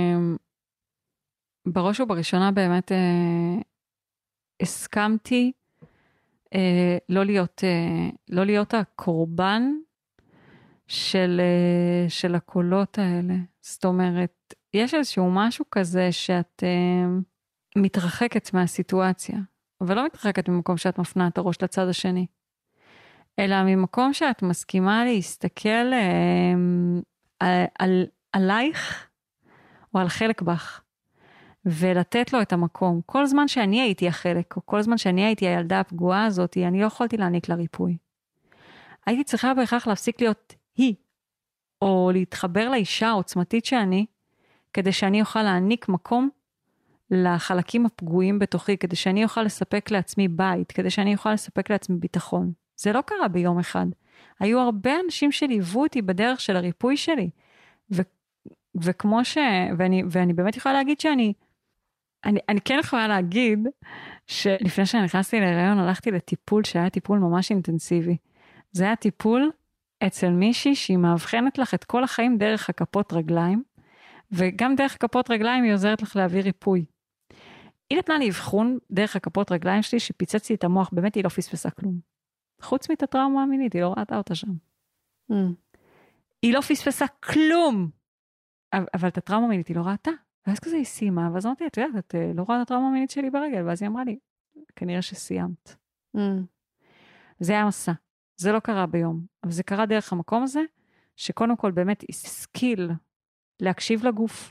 שבראש ובראשונה באמת אה, הסכמתי אה, לא להיות, אה, לא להיות הקורבן של, אה, של הקולות האלה. זאת אומרת, יש איזשהו משהו כזה שאת... אה, מתרחקת מהסיטואציה, אבל לא מתרחקת ממקום שאת מפנה את הראש לצד השני, אלא ממקום שאת מסכימה להסתכל אה, על, על, עלייך, או על חלק בך, ולתת לו את המקום. כל זמן שאני הייתי החלק, או כל זמן שאני הייתי הילדה הפגועה הזאת, אני לא יכולתי להעניק לה ריפוי. הייתי צריכה בהכרח להפסיק להיות היא, או להתחבר לאישה העוצמתית שאני, כדי שאני אוכל להעניק מקום, לחלקים הפגועים בתוכי, כדי שאני אוכל לספק לעצמי בית, כדי שאני אוכל לספק לעצמי ביטחון. זה לא קרה ביום אחד. היו הרבה אנשים שליוו אותי בדרך של הריפוי שלי, ו, וכמו ש... ואני, ואני באמת יכולה להגיד שאני, אני, אני כן יכולה להגיד, שלפני שאני נכנסתי להיריון, הלכתי לטיפול שהיה טיפול ממש אינטנסיבי. זה היה טיפול אצל מישהי שהיא מאבחנת לך את כל החיים דרך הכפות רגליים, וגם דרך כפות רגליים היא עוזרת לך להביא ריפוי. היא נתנה לי אבחון דרך הכפות רגליים שלי, שפיצצתי את המוח, באמת היא לא פספסה כלום. חוץ מאת הטראומה המינית, היא לא ראתה אותה שם. Mm. היא לא פספסה כלום, אבל את הטראומה המינית היא לא ראתה. ואז כזה היא סיימה, ואז אמרתי, את יודעת, את לא רואה את הטראומה המינית שלי ברגל, ואז היא אמרה לי, כנראה שסיימת. Mm. זה היה מסע. זה לא קרה ביום, אבל זה קרה דרך המקום הזה, שקודם כל באמת השכיל להקשיב לגוף,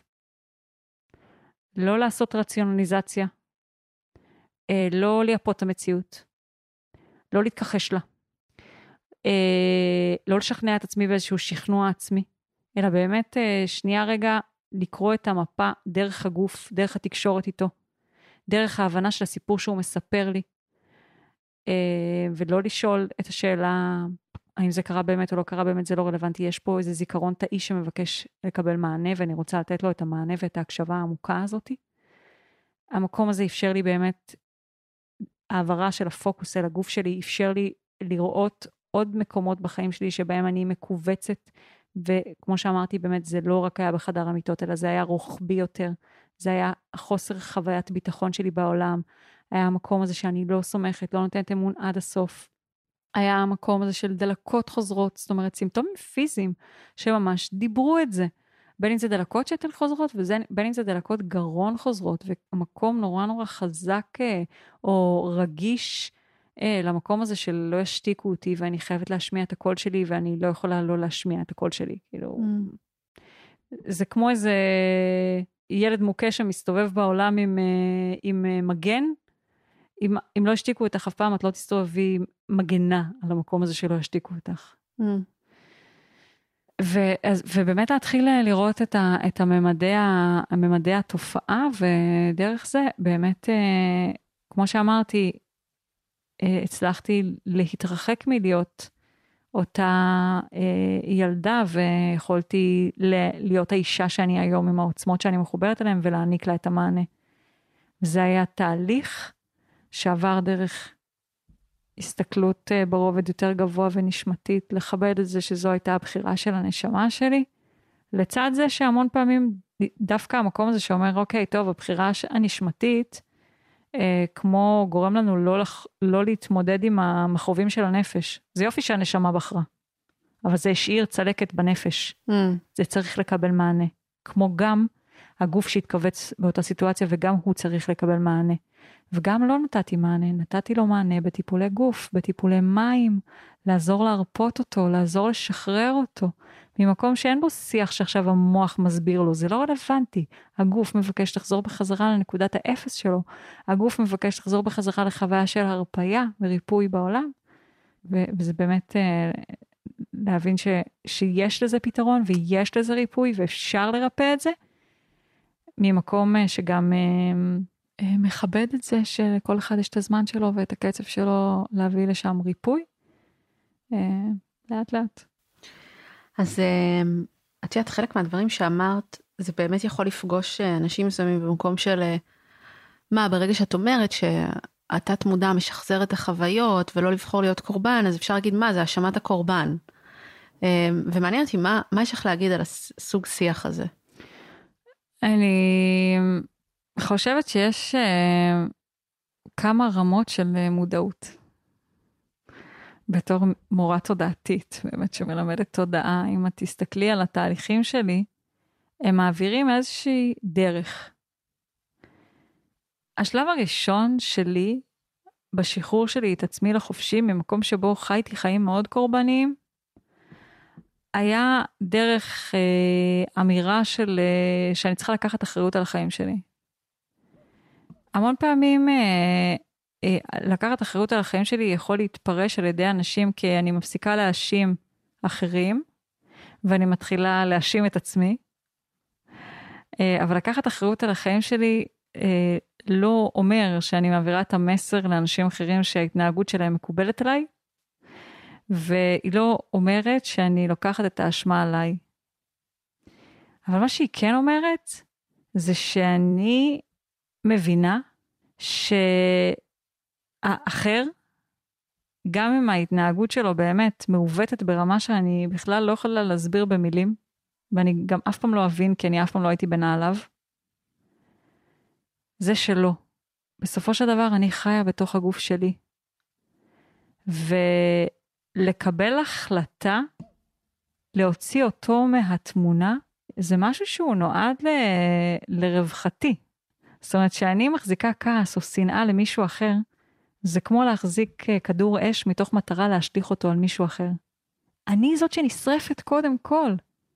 לא לעשות רציונליזציה, לא לייפות את המציאות, לא להתכחש לה, לא לשכנע את עצמי באיזשהו שכנוע עצמי, אלא באמת שנייה רגע לקרוא את המפה דרך הגוף, דרך התקשורת איתו, דרך ההבנה של הסיפור שהוא מספר לי, ולא לשאול את השאלה, האם זה קרה באמת או לא קרה באמת, זה לא רלוונטי, יש פה איזה זיכרון תאי שמבקש לקבל מענה, ואני רוצה לתת לו את המענה ואת ההקשבה העמוקה הזאת. המקום הזה אפשר לי באמת, העברה של הפוקוס אל הגוף שלי, אפשר לי לראות עוד מקומות בחיים שלי, שבהם אני מקובצת, וכמו שאמרתי, באמת זה לא רק היה בחדר המיטות, אלא זה היה רוחבי יותר, זה היה חוסר חוויית ביטחון שלי בעולם, היה המקום הזה שאני לא סומכת, לא נותנת אמון עד הסוף, היה המקום הזה של דלקות חוזרות, זאת אומרת, סימפטומים פיזיים, שממש דיברו את זה, בין אם זה דלקות שתל חוזרות, ובין אם זה דלקות גרון חוזרות, והמקום נורא נורא חזק, או רגיש, למקום הזה של לא ישתיקו אותי, ואני חייבת להשמיע את הקול שלי, ואני לא יכולה לא להשמיע את הקול שלי, כאילו, mm. זה כמו איזה ילד מוכה שמסתובב בעולם עם, עם מגן, אם, אם לא השתיקו אותך אף פעם, את לא תסתובבי מגנה על המקום הזה שלא השתיקו אותך. Mm. ו, אז, ובאמת להתחיל לראות את, ה, את הממדי, הממדי התופעה, ודרך זה באמת, כמו שאמרתי, הצלחתי להתרחק מלהיות אותה ילדה, ויכולתי להיות האישה שאני היום עם העוצמות שאני מחוברת אליהן, ולהעניק לה את המענה. זה היה תהליך שעבר דרך הסתכלות ברובד יותר גבוה ונשמתית, לכבד את זה שזו הייתה הבחירה של הנשמה שלי, לצד זה שהמון פעמים דווקא המקום הזה שאומר, אוקיי, טוב, הבחירה הנשמתית, אה, כמו גורם לנו לא, לח, לא להתמודד עם המחרובים של הנפש. זה יופי שהנשמה בחרה, אבל זה השאיר צלקת בנפש. Mm. זה צריך לקבל מענה. כמו גם הגוף שהתכווץ באותה סיטואציה, וגם הוא צריך לקבל מענה. וגם לא נתתי מענה, נתתי לו מענה בטיפולי גוף, בטיפולי מים, לעזור להרפות אותו, לעזור לשחרר אותו, ממקום שאין בו שיח שעכשיו המוח מסביר לו, זה לא רלוונטי. הגוף מבקש לחזור בחזרה לנקודת האפס שלו, הגוף מבקש לחזור בחזרה לחוויה של הרפאיה וריפוי בעולם, וזה באמת להבין ש, שיש לזה פתרון, ויש לזה ריפוי, ואפשר לרפא את זה, ממקום שגם מכבד את זה, שלכל אחד יש את הזמן שלו, ואת הקצב שלו להביא לשם ריפוי, לאט לאט. אז את יודעת, חלק מהדברים שאמרת, זה באמת יכול לפגוש אנשים מסוימים במקום של, מה, ברגע שאת אומרת שהתת מודע משחזר את החוויות, ולא לבחור להיות קורבן, אז אפשר להגיד, מה, זה האשמת הקורבן. ומעניין אותי, מה, מה יש לך להגיד על הסוג שיח הזה? אני חושבת שיש כמה רמות של מודעות. בתור מורה תודעתית, באמת שמלמדת תודעה, אם את תסתכלי על התהליכים שלי, הם מעבירים איזושהי דרך. השלב הראשון שלי, בשחרור שלי את עצמי לחופשי, ממקום שבו חייתי חיים מאוד קורבניים, היה דרך אה, אמירה של, אה, שאני צריכה לקחת אחריות על החיים שלי. המון פעמים, אה, לקחת אחריות על החיים שלי יכול להתפרש על ידי אנשים, כי אני מפסיקה להאשים אחרים, ואני מתחילה להאשים את עצמי, אבל לקחת אחריות על החיים שלי לא אומר שאני מעבירה את המסר לאנשים אחרים שההתנהגות שלהם מקובלת עליי, והיא לא אומרת שאני לוקחת את האשמה עליי. אבל מה שהיא כן אומרת, זה שאני מבינה ש... האחר, גם אם ההתנהגות שלו באמת מעוותת ברמה שאני בכלל לא יכולה להסביר במילים, ואני גם אף פעם לא אבין, כי אני אף פעם לא הייתי בנעליו, זה שלא. בסופו של דבר אני חיה בתוך הגוף שלי, ולקבל החלטה, להוציא אותו מהתמונה, זה משהו שהוא נועד ל... לרווחתי. זאת אומרת, שאני מחזיקה כעס או שנאה למישהו אחר, זה כמו להחזיק כדור אש מתוך מטרה להשליך אותו על מישהו אחר. אני זאת שנשרפת קודם כל.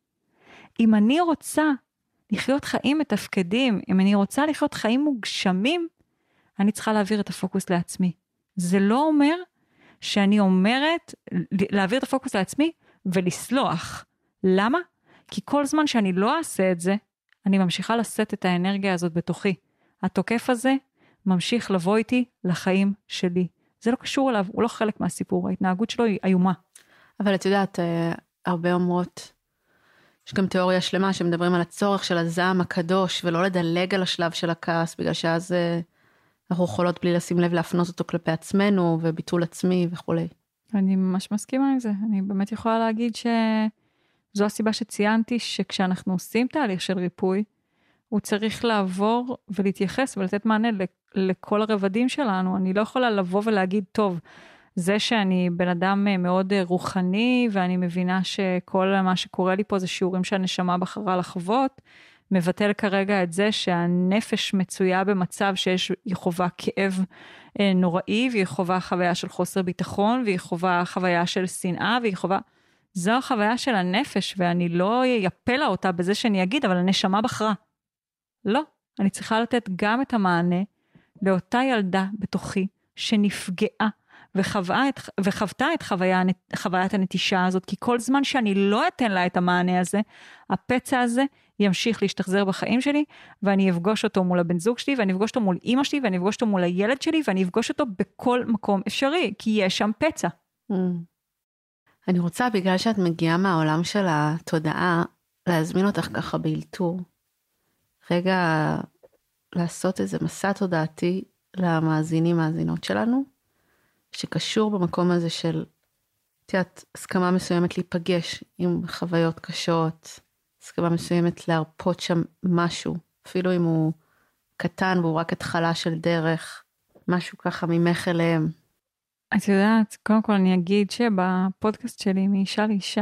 אם אני רוצה לחיות חיים מתפקדים, אם אני רוצה לחיות חיים מוגשמים, אני צריכה להעביר את הפוקוס לעצמי. זה לא אומר שאני אומרת להעביר את הפוקוס לעצמי ולסלוח. למה? כי כל זמן שאני לא אעשה את זה, אני ממשיכה לשאת את האנרגיה הזאת בתוכי. התוקף הזה ממשיך לבוא איתי לחיים שלי. זה לא קשור אליו, הוא לא חלק מהסיפור, ההתנהגות שלו היא איומה. אבל את יודעת, הרבה אומרות, יש גם תיאוריה שלמה שמדברים על הצורך של הזעם הקדוש, ולא לדלג על השלב של הכעס, בגלל שאז אנחנו יכולות בלי לשים לב להפנות אותו כלפי עצמנו, וביטול עצמי וכו'. אני ממש מסכימה עם זה, אני באמת יכולה להגיד שזו הסיבה שציינתי, שכשאנחנו עושים תהליך של ריפוי, הוא צריך לעבור ולהתייחס ולתת מענה לכל הרבדים שלנו. אני לא יכולה לבוא ולהגיד, טוב, זה שאני בן אדם מאוד רוחני, ואני מבינה שכל מה שקורה לי פה זה שיעורים שהנשמה בחרה לחוות, מבטל כרגע את זה שהנפש מצויה במצב שיש, היא חובה כאב נוראי, והיא חובה חוויה של חוסר ביטחון, והיא חובה חוויה של שנאה, והיא חובה, זו החוויה של הנפש, ואני לא יפלה אותה בזה שאני אגיד, אבל הנשמה בחרה. לא, אני צריכה לתת גם את המענה לאותה ילדה בתוכי שנפגעה וחווה את, וחוותה את חוויה, חוויית הנטישה הזאת, כי כל זמן שאני לא אתן לה את המענה הזה, הפצע הזה ימשיך להשתחזר בחיים שלי, ואני אפגוש אותו מול הבן זוג שלי, ואני אפגוש אותו מול אמא שלי, ואני אפגוש אותו מול הילד שלי, ואני אפגוש אותו בכל מקום אפשרי, כי יש שם פצע. Mm. אני רוצה, בגלל שאת מגיעה מהעולם של התודעה, להזמין אותך ככה באלתור. רגע לעשות איזה מסע תודעתי למאזינים, מאזינות שלנו, שקשור במקום הזה של, תיאת, הסכמה מסוימת להיפגש עם חוויות קשות, הסכמה מסוימת להרפות שם משהו, אפילו אם הוא קטן והוא רק התחלה של דרך, משהו ככה ממך אליהם. את יודעת, קודם כל אני אגיד שבפודקאסט שלי מאישה לאישה,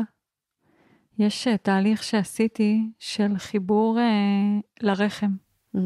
יש תהליך שעשיתי של חיבור אה, לרחם. Mm.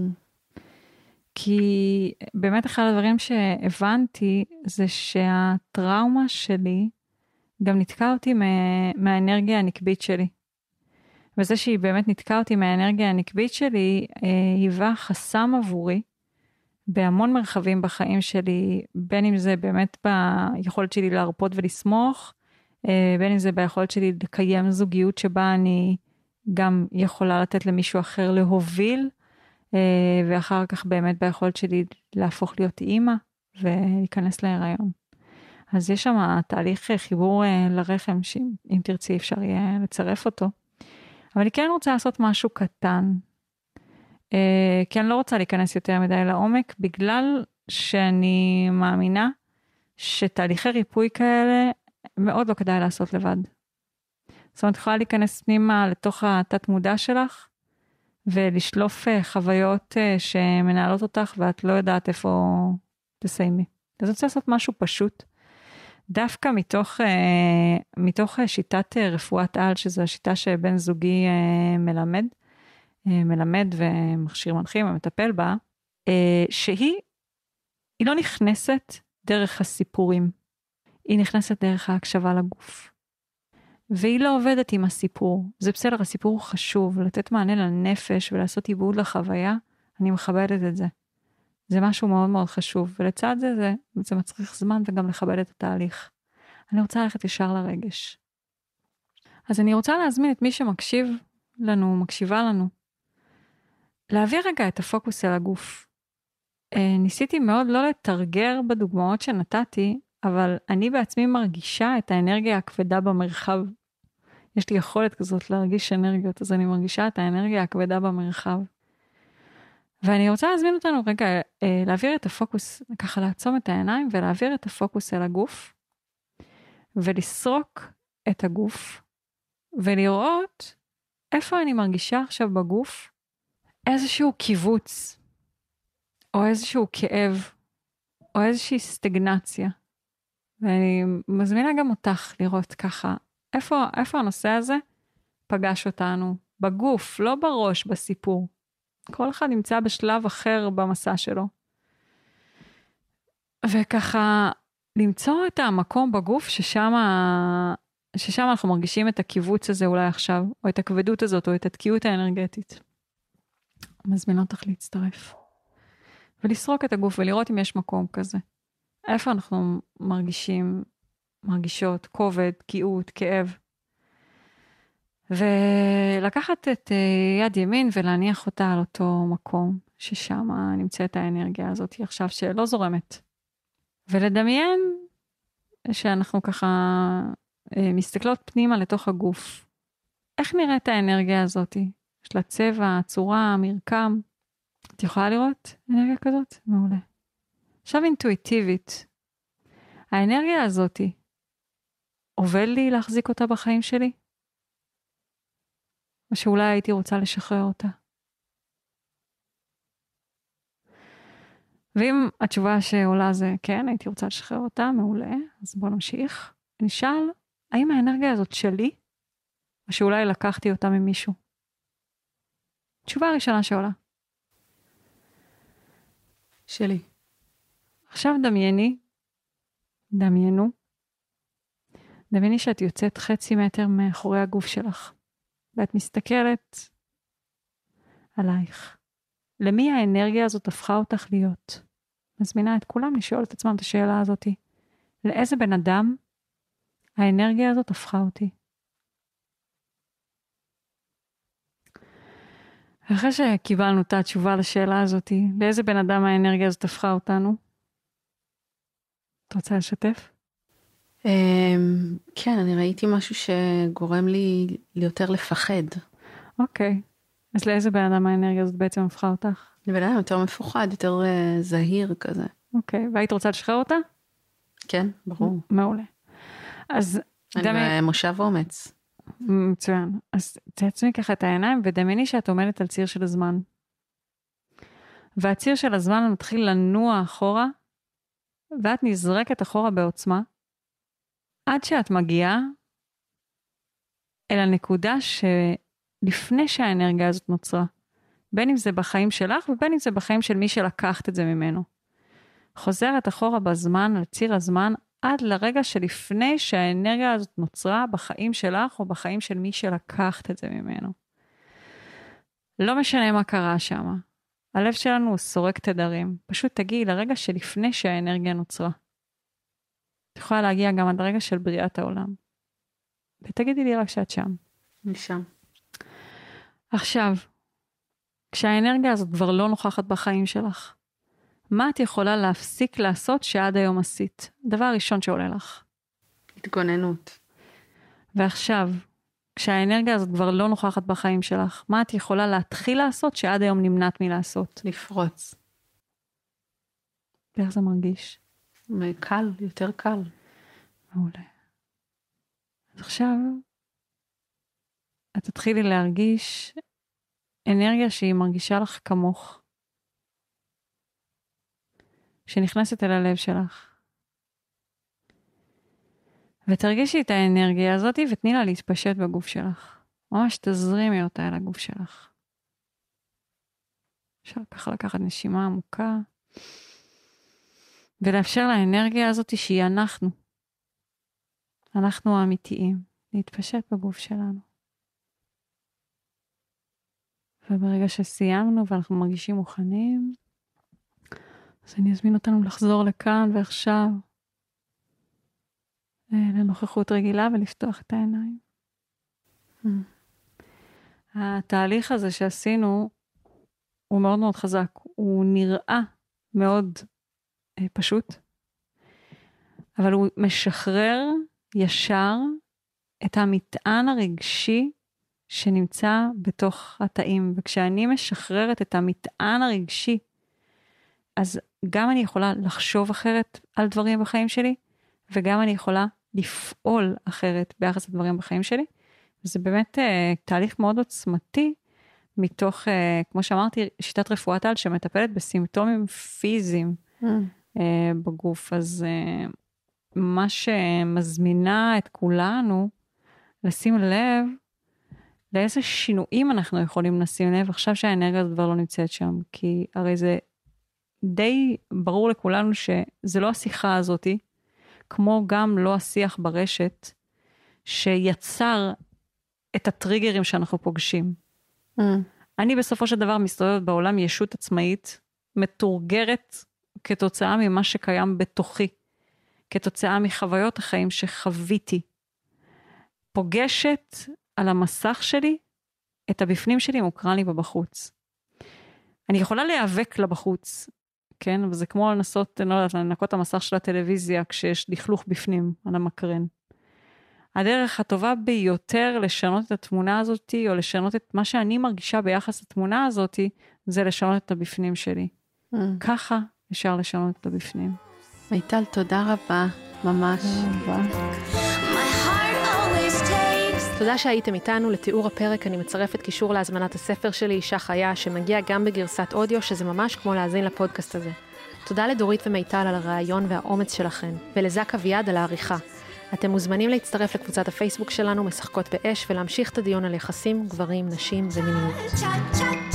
כי באמת אחד הדברים שהבנתי זה שהטראומה שלי גם נתקע אותי מה, מהאנרגיה הנקבית שלי. וזה שהיא באמת נתקע אותי מהאנרגיה הנקבית שלי, אה, היווה חסם עבורי בהמון מרחבים בחיים שלי, בין אם זה באמת ביכולת שלי להרפות ולסמוך, בין אם זה ביכולת שלי לקיים זוגיות שבה אני גם יכולה לתת למישהו אחר להוביל, ואחר כך באמת ביכולת שלי להפוך להיות אימא ולהיכנס להיריון. אז יש שם תהליך חיבור לרחם, שאם תרצי אפשר יהיה לצרף אותו. אבל אני כן רוצה לעשות משהו קטן, כי אני לא רוצה להיכנס יותר מדי לעומק, בגלל שאני מאמינה שתהליכי ריפוי כאלה, מאוד לא כדאי לעשות לבד. זאת אומרת, יכולה להיכנס פנימה לתוך התת מודע שלך, ולשלוף חוויות שמנהלות אותך, ואת לא יודעת איפה תסיימי. אז אני רוצה לעשות משהו פשוט, דווקא מתוך, מתוך שיטת רפואת על, שזו השיטה שבן זוגי מלמד, מלמד ומכשיר מנחים ומטפל בה, שהיא היא לא נכנסת דרך הסיפורים, היא נכנסת דרך ההקשבה לגוף. והיא לא עובדת עם הסיפור. זה בסדר, הסיפור הוא חשוב, לתת מענה לנפש ולעשות עיבוד לחוויה, אני מכבדת את זה. זה משהו מאוד מאוד חשוב, ולצד זה, זה, זה מצריך זמן וגם לכבד את התהליך. אני רוצה ללכת ישר לרגש. אז אני רוצה להזמין את מי שמקשיב לנו, מקשיבה לנו, להעביר רגע את הפוקוס אל הגוף. ניסיתי מאוד לא לתרגר בדוגמאות שנתתי, אבל אני בעצמי מרגישה את האנרגיה הכבדה במרחב. יש לי יכולת כזאת להרגיש אנרגיות, אז אני מרגישה את האנרגיה הכבדה במרחב. ואני רוצה להזמין אותנו רגע להעביר את הפוקוס, ככה לעצום את העיניים ולהעביר את הפוקוס אל הגוף, ולסרוק את הגוף, ולראות איפה אני מרגישה עכשיו בגוף, איזשהו קיבוץ, או איזשהו כאב, או איזושהי סטגנציה. ואני מזמינה גם אותך לראות ככה, איפה, איפה הנושא הזה פגש אותנו, בגוף, לא בראש, בסיפור. כל אחד נמצא בשלב אחר במסע שלו. וככה למצוא את המקום בגוף ששם, ששם אנחנו מרגישים את הקיבוץ הזה אולי עכשיו, או את הכבדות הזאת, או את התקיעות האנרגטית. מזמין אותך להצטרף. ולסרוק את הגוף ולראות אם יש מקום כזה. איפה אנחנו מרגישים, מרגישות, כובד, תקיעות, כאב. ולקחת את יד ימין ולהניח אותה על אותו מקום, ששם נמצאת האנרגיה הזאת עכשיו שלא זורמת. ולדמיין שאנחנו ככה מסתכלות פנימה לתוך הגוף. איך נראית האנרגיה הזאת? יש לה צבע, צורה, מרקם. את יכולה לראות אנרגיה כזאת? מעולה. עכשיו אינטואיטיבית. האנרגיה הזאת, עובד לי להחזיק אותה בחיים שלי? או שאולי הייתי רוצה לשחרר אותה? ואם התשובה שעולה זה כן, הייתי רוצה לשחרר אותה, מעולה, אז בוא נמשיך. נשאל, האם האנרגיה הזאת שלי, או שאולי לקחתי אותה ממישהו? תשובה הראשונה שעולה. שלי. עכשיו דמייני, דמיינו, דמייני שאת יוצאת חצי מטר מאחורי הגוף שלך, ואת מסתכלת עלייך. למי האנרגיה הזאת הפכה אותך להיות? מזמינה את כולם לשאול את עצמם את השאלה הזאת. לאיזה בן אדם האנרגיה הזאת הפכה אותי? אחרי שקיבלנו את התשובה לשאלה הזאת, לאיזה בן אדם האנרגיה הזאת הפכה אותנו? את רוצה לשתף? כן, אני ראיתי משהו שגורם לי יותר לפחד. אוקיי. אז לאיזה בן אדם האנרגיה הזאת בעצם הפכה אותך? לבן אדם יותר מפוחד, יותר זהיר כזה. אוקיי, והיית רוצה לשחרר אותה? כן, ברור. מעולה. אז אני במושב אומץ. מצוין. אז תעצמי ככה את העיניים ודמייני שאת עומדת על ציר של הזמן. והציר של הזמן מתחיל לנוע אחורה, ואת נזרקת אחורה בעוצמה, עד שאת מגיעה אל הנקודה שלפני שהאנרגיה הזאת נוצרה. בין אם זה בחיים שלך ובין אם זה בחיים של מי שלקחת את זה ממנו. חוזרת אחורה בזמן, על ציר הזמן, עד לרגע שלפני שהאנרגיה הזאת נוצרה בחיים שלך או בחיים של מי שלקחת את זה ממנו. לא משנה מה קרה שם. הלב שלנו הוא סורק תדרים. פשוט תגיעי לרגע שלפני שהאנרגיה נוצרה. את יכולה להגיע גם עד הרגע של בריאת העולם. ותגידי לי רק שאת שם. אני שם. עכשיו, כשהאנרגיה הזאת כבר לא נוכחת בחיים שלך, מה את יכולה להפסיק לעשות שעד היום עשית? דבר ראשון שעולה לך. התגוננות. ועכשיו, כשהאנרגיה הזאת כבר לא נוכחת בחיים שלך, מה את יכולה להתחיל לעשות שעד היום נמנעת מלעשות? לפרוץ. ואיך זה מרגיש? קל, יותר קל. מעולה. אז עכשיו, את תתחילי להרגיש אנרגיה שהיא מרגישה לך כמוך. שנכנסת אל הלב שלך. ותרגישי את האנרגיה הזאת ותני לה להתפשט בגוף שלך. ממש תזרימי אותה אל הגוף שלך. אפשר ככה לקחת נשימה עמוקה. ולאפשר לאנרגיה הזאת שהיא אנחנו. אנחנו האמיתיים. להתפשט בגוף שלנו. וברגע שסיימנו ואנחנו מרגישים מוכנים, אז אני אזמין אותנו לחזור לכאן ועכשיו, לנוכחות רגילה ולפתוח את העיניים. Mm. התהליך הזה שעשינו הוא מאוד מאוד חזק. הוא נראה מאוד אה, פשוט, אבל הוא משחרר ישר את המטען הרגשי שנמצא בתוך התאים. וכשאני משחררת את המטען הרגשי, אז גם אני יכולה לחשוב אחרת על דברים בחיים שלי, וגם אני יכולה לפעול אחרת ביחס לדברים בחיים שלי. וזה באמת uh, תהליך מאוד עוצמתי, מתוך, uh, כמו שאמרתי, שיטת רפואת על שמטפלת בסימפטומים פיזיים mm. uh, בגוף. אז uh, מה שמזמינה את כולנו, לשים לב, לאיזה שינויים אנחנו יכולים לשים לב, עכשיו שהאנרגיה הזאת כבר לא נמצאת שם, כי הרי זה די ברור לכולנו שזה לא השיחה הזאת, כמו גם לא השיח ברשת, שיצר את הטריגרים שאנחנו פוגשים. Mm. אני בסופו של דבר מסתובבת בעולם ישות עצמאית, מתורגרת כתוצאה ממה שקיים בתוכי, כתוצאה מחוויות החיים שחוויתי, פוגשת על המסך שלי את הבפנים שלי מוקרן לי בבחוץ. אני יכולה להיאבק לבחוץ, כן? וזה כמו לנסות, לא יודעת, לנקות את המסך של הטלוויזיה כשיש לכלוך בפנים על המקרן. הדרך הטובה ביותר לשנות את התמונה הזאת, או לשנות את מה שאני מרגישה ביחס לתמונה הזאת, זה לשנות את הבפנים שלי. Mm. ככה אפשר לשנות את הבפנים. מיטל, תודה רבה, ממש. תודה רבה. תודה שהייתם איתנו. לתיאור הפרק אני מצרפת קישור להזמנת הספר שלי, אישה חיה, שמגיע גם בגרסת אודיו, שזה ממש כמו להאזין לפודקאסט הזה. תודה לדורית ומיטל על הרעיון והאומץ שלכן, ולזק אביעד על העריכה. אתם מוזמנים להצטרף לקבוצת הפייסבוק שלנו, משחקות באש, ולהמשיך את הדיון על יחסים, גברים, נשים ומיניות.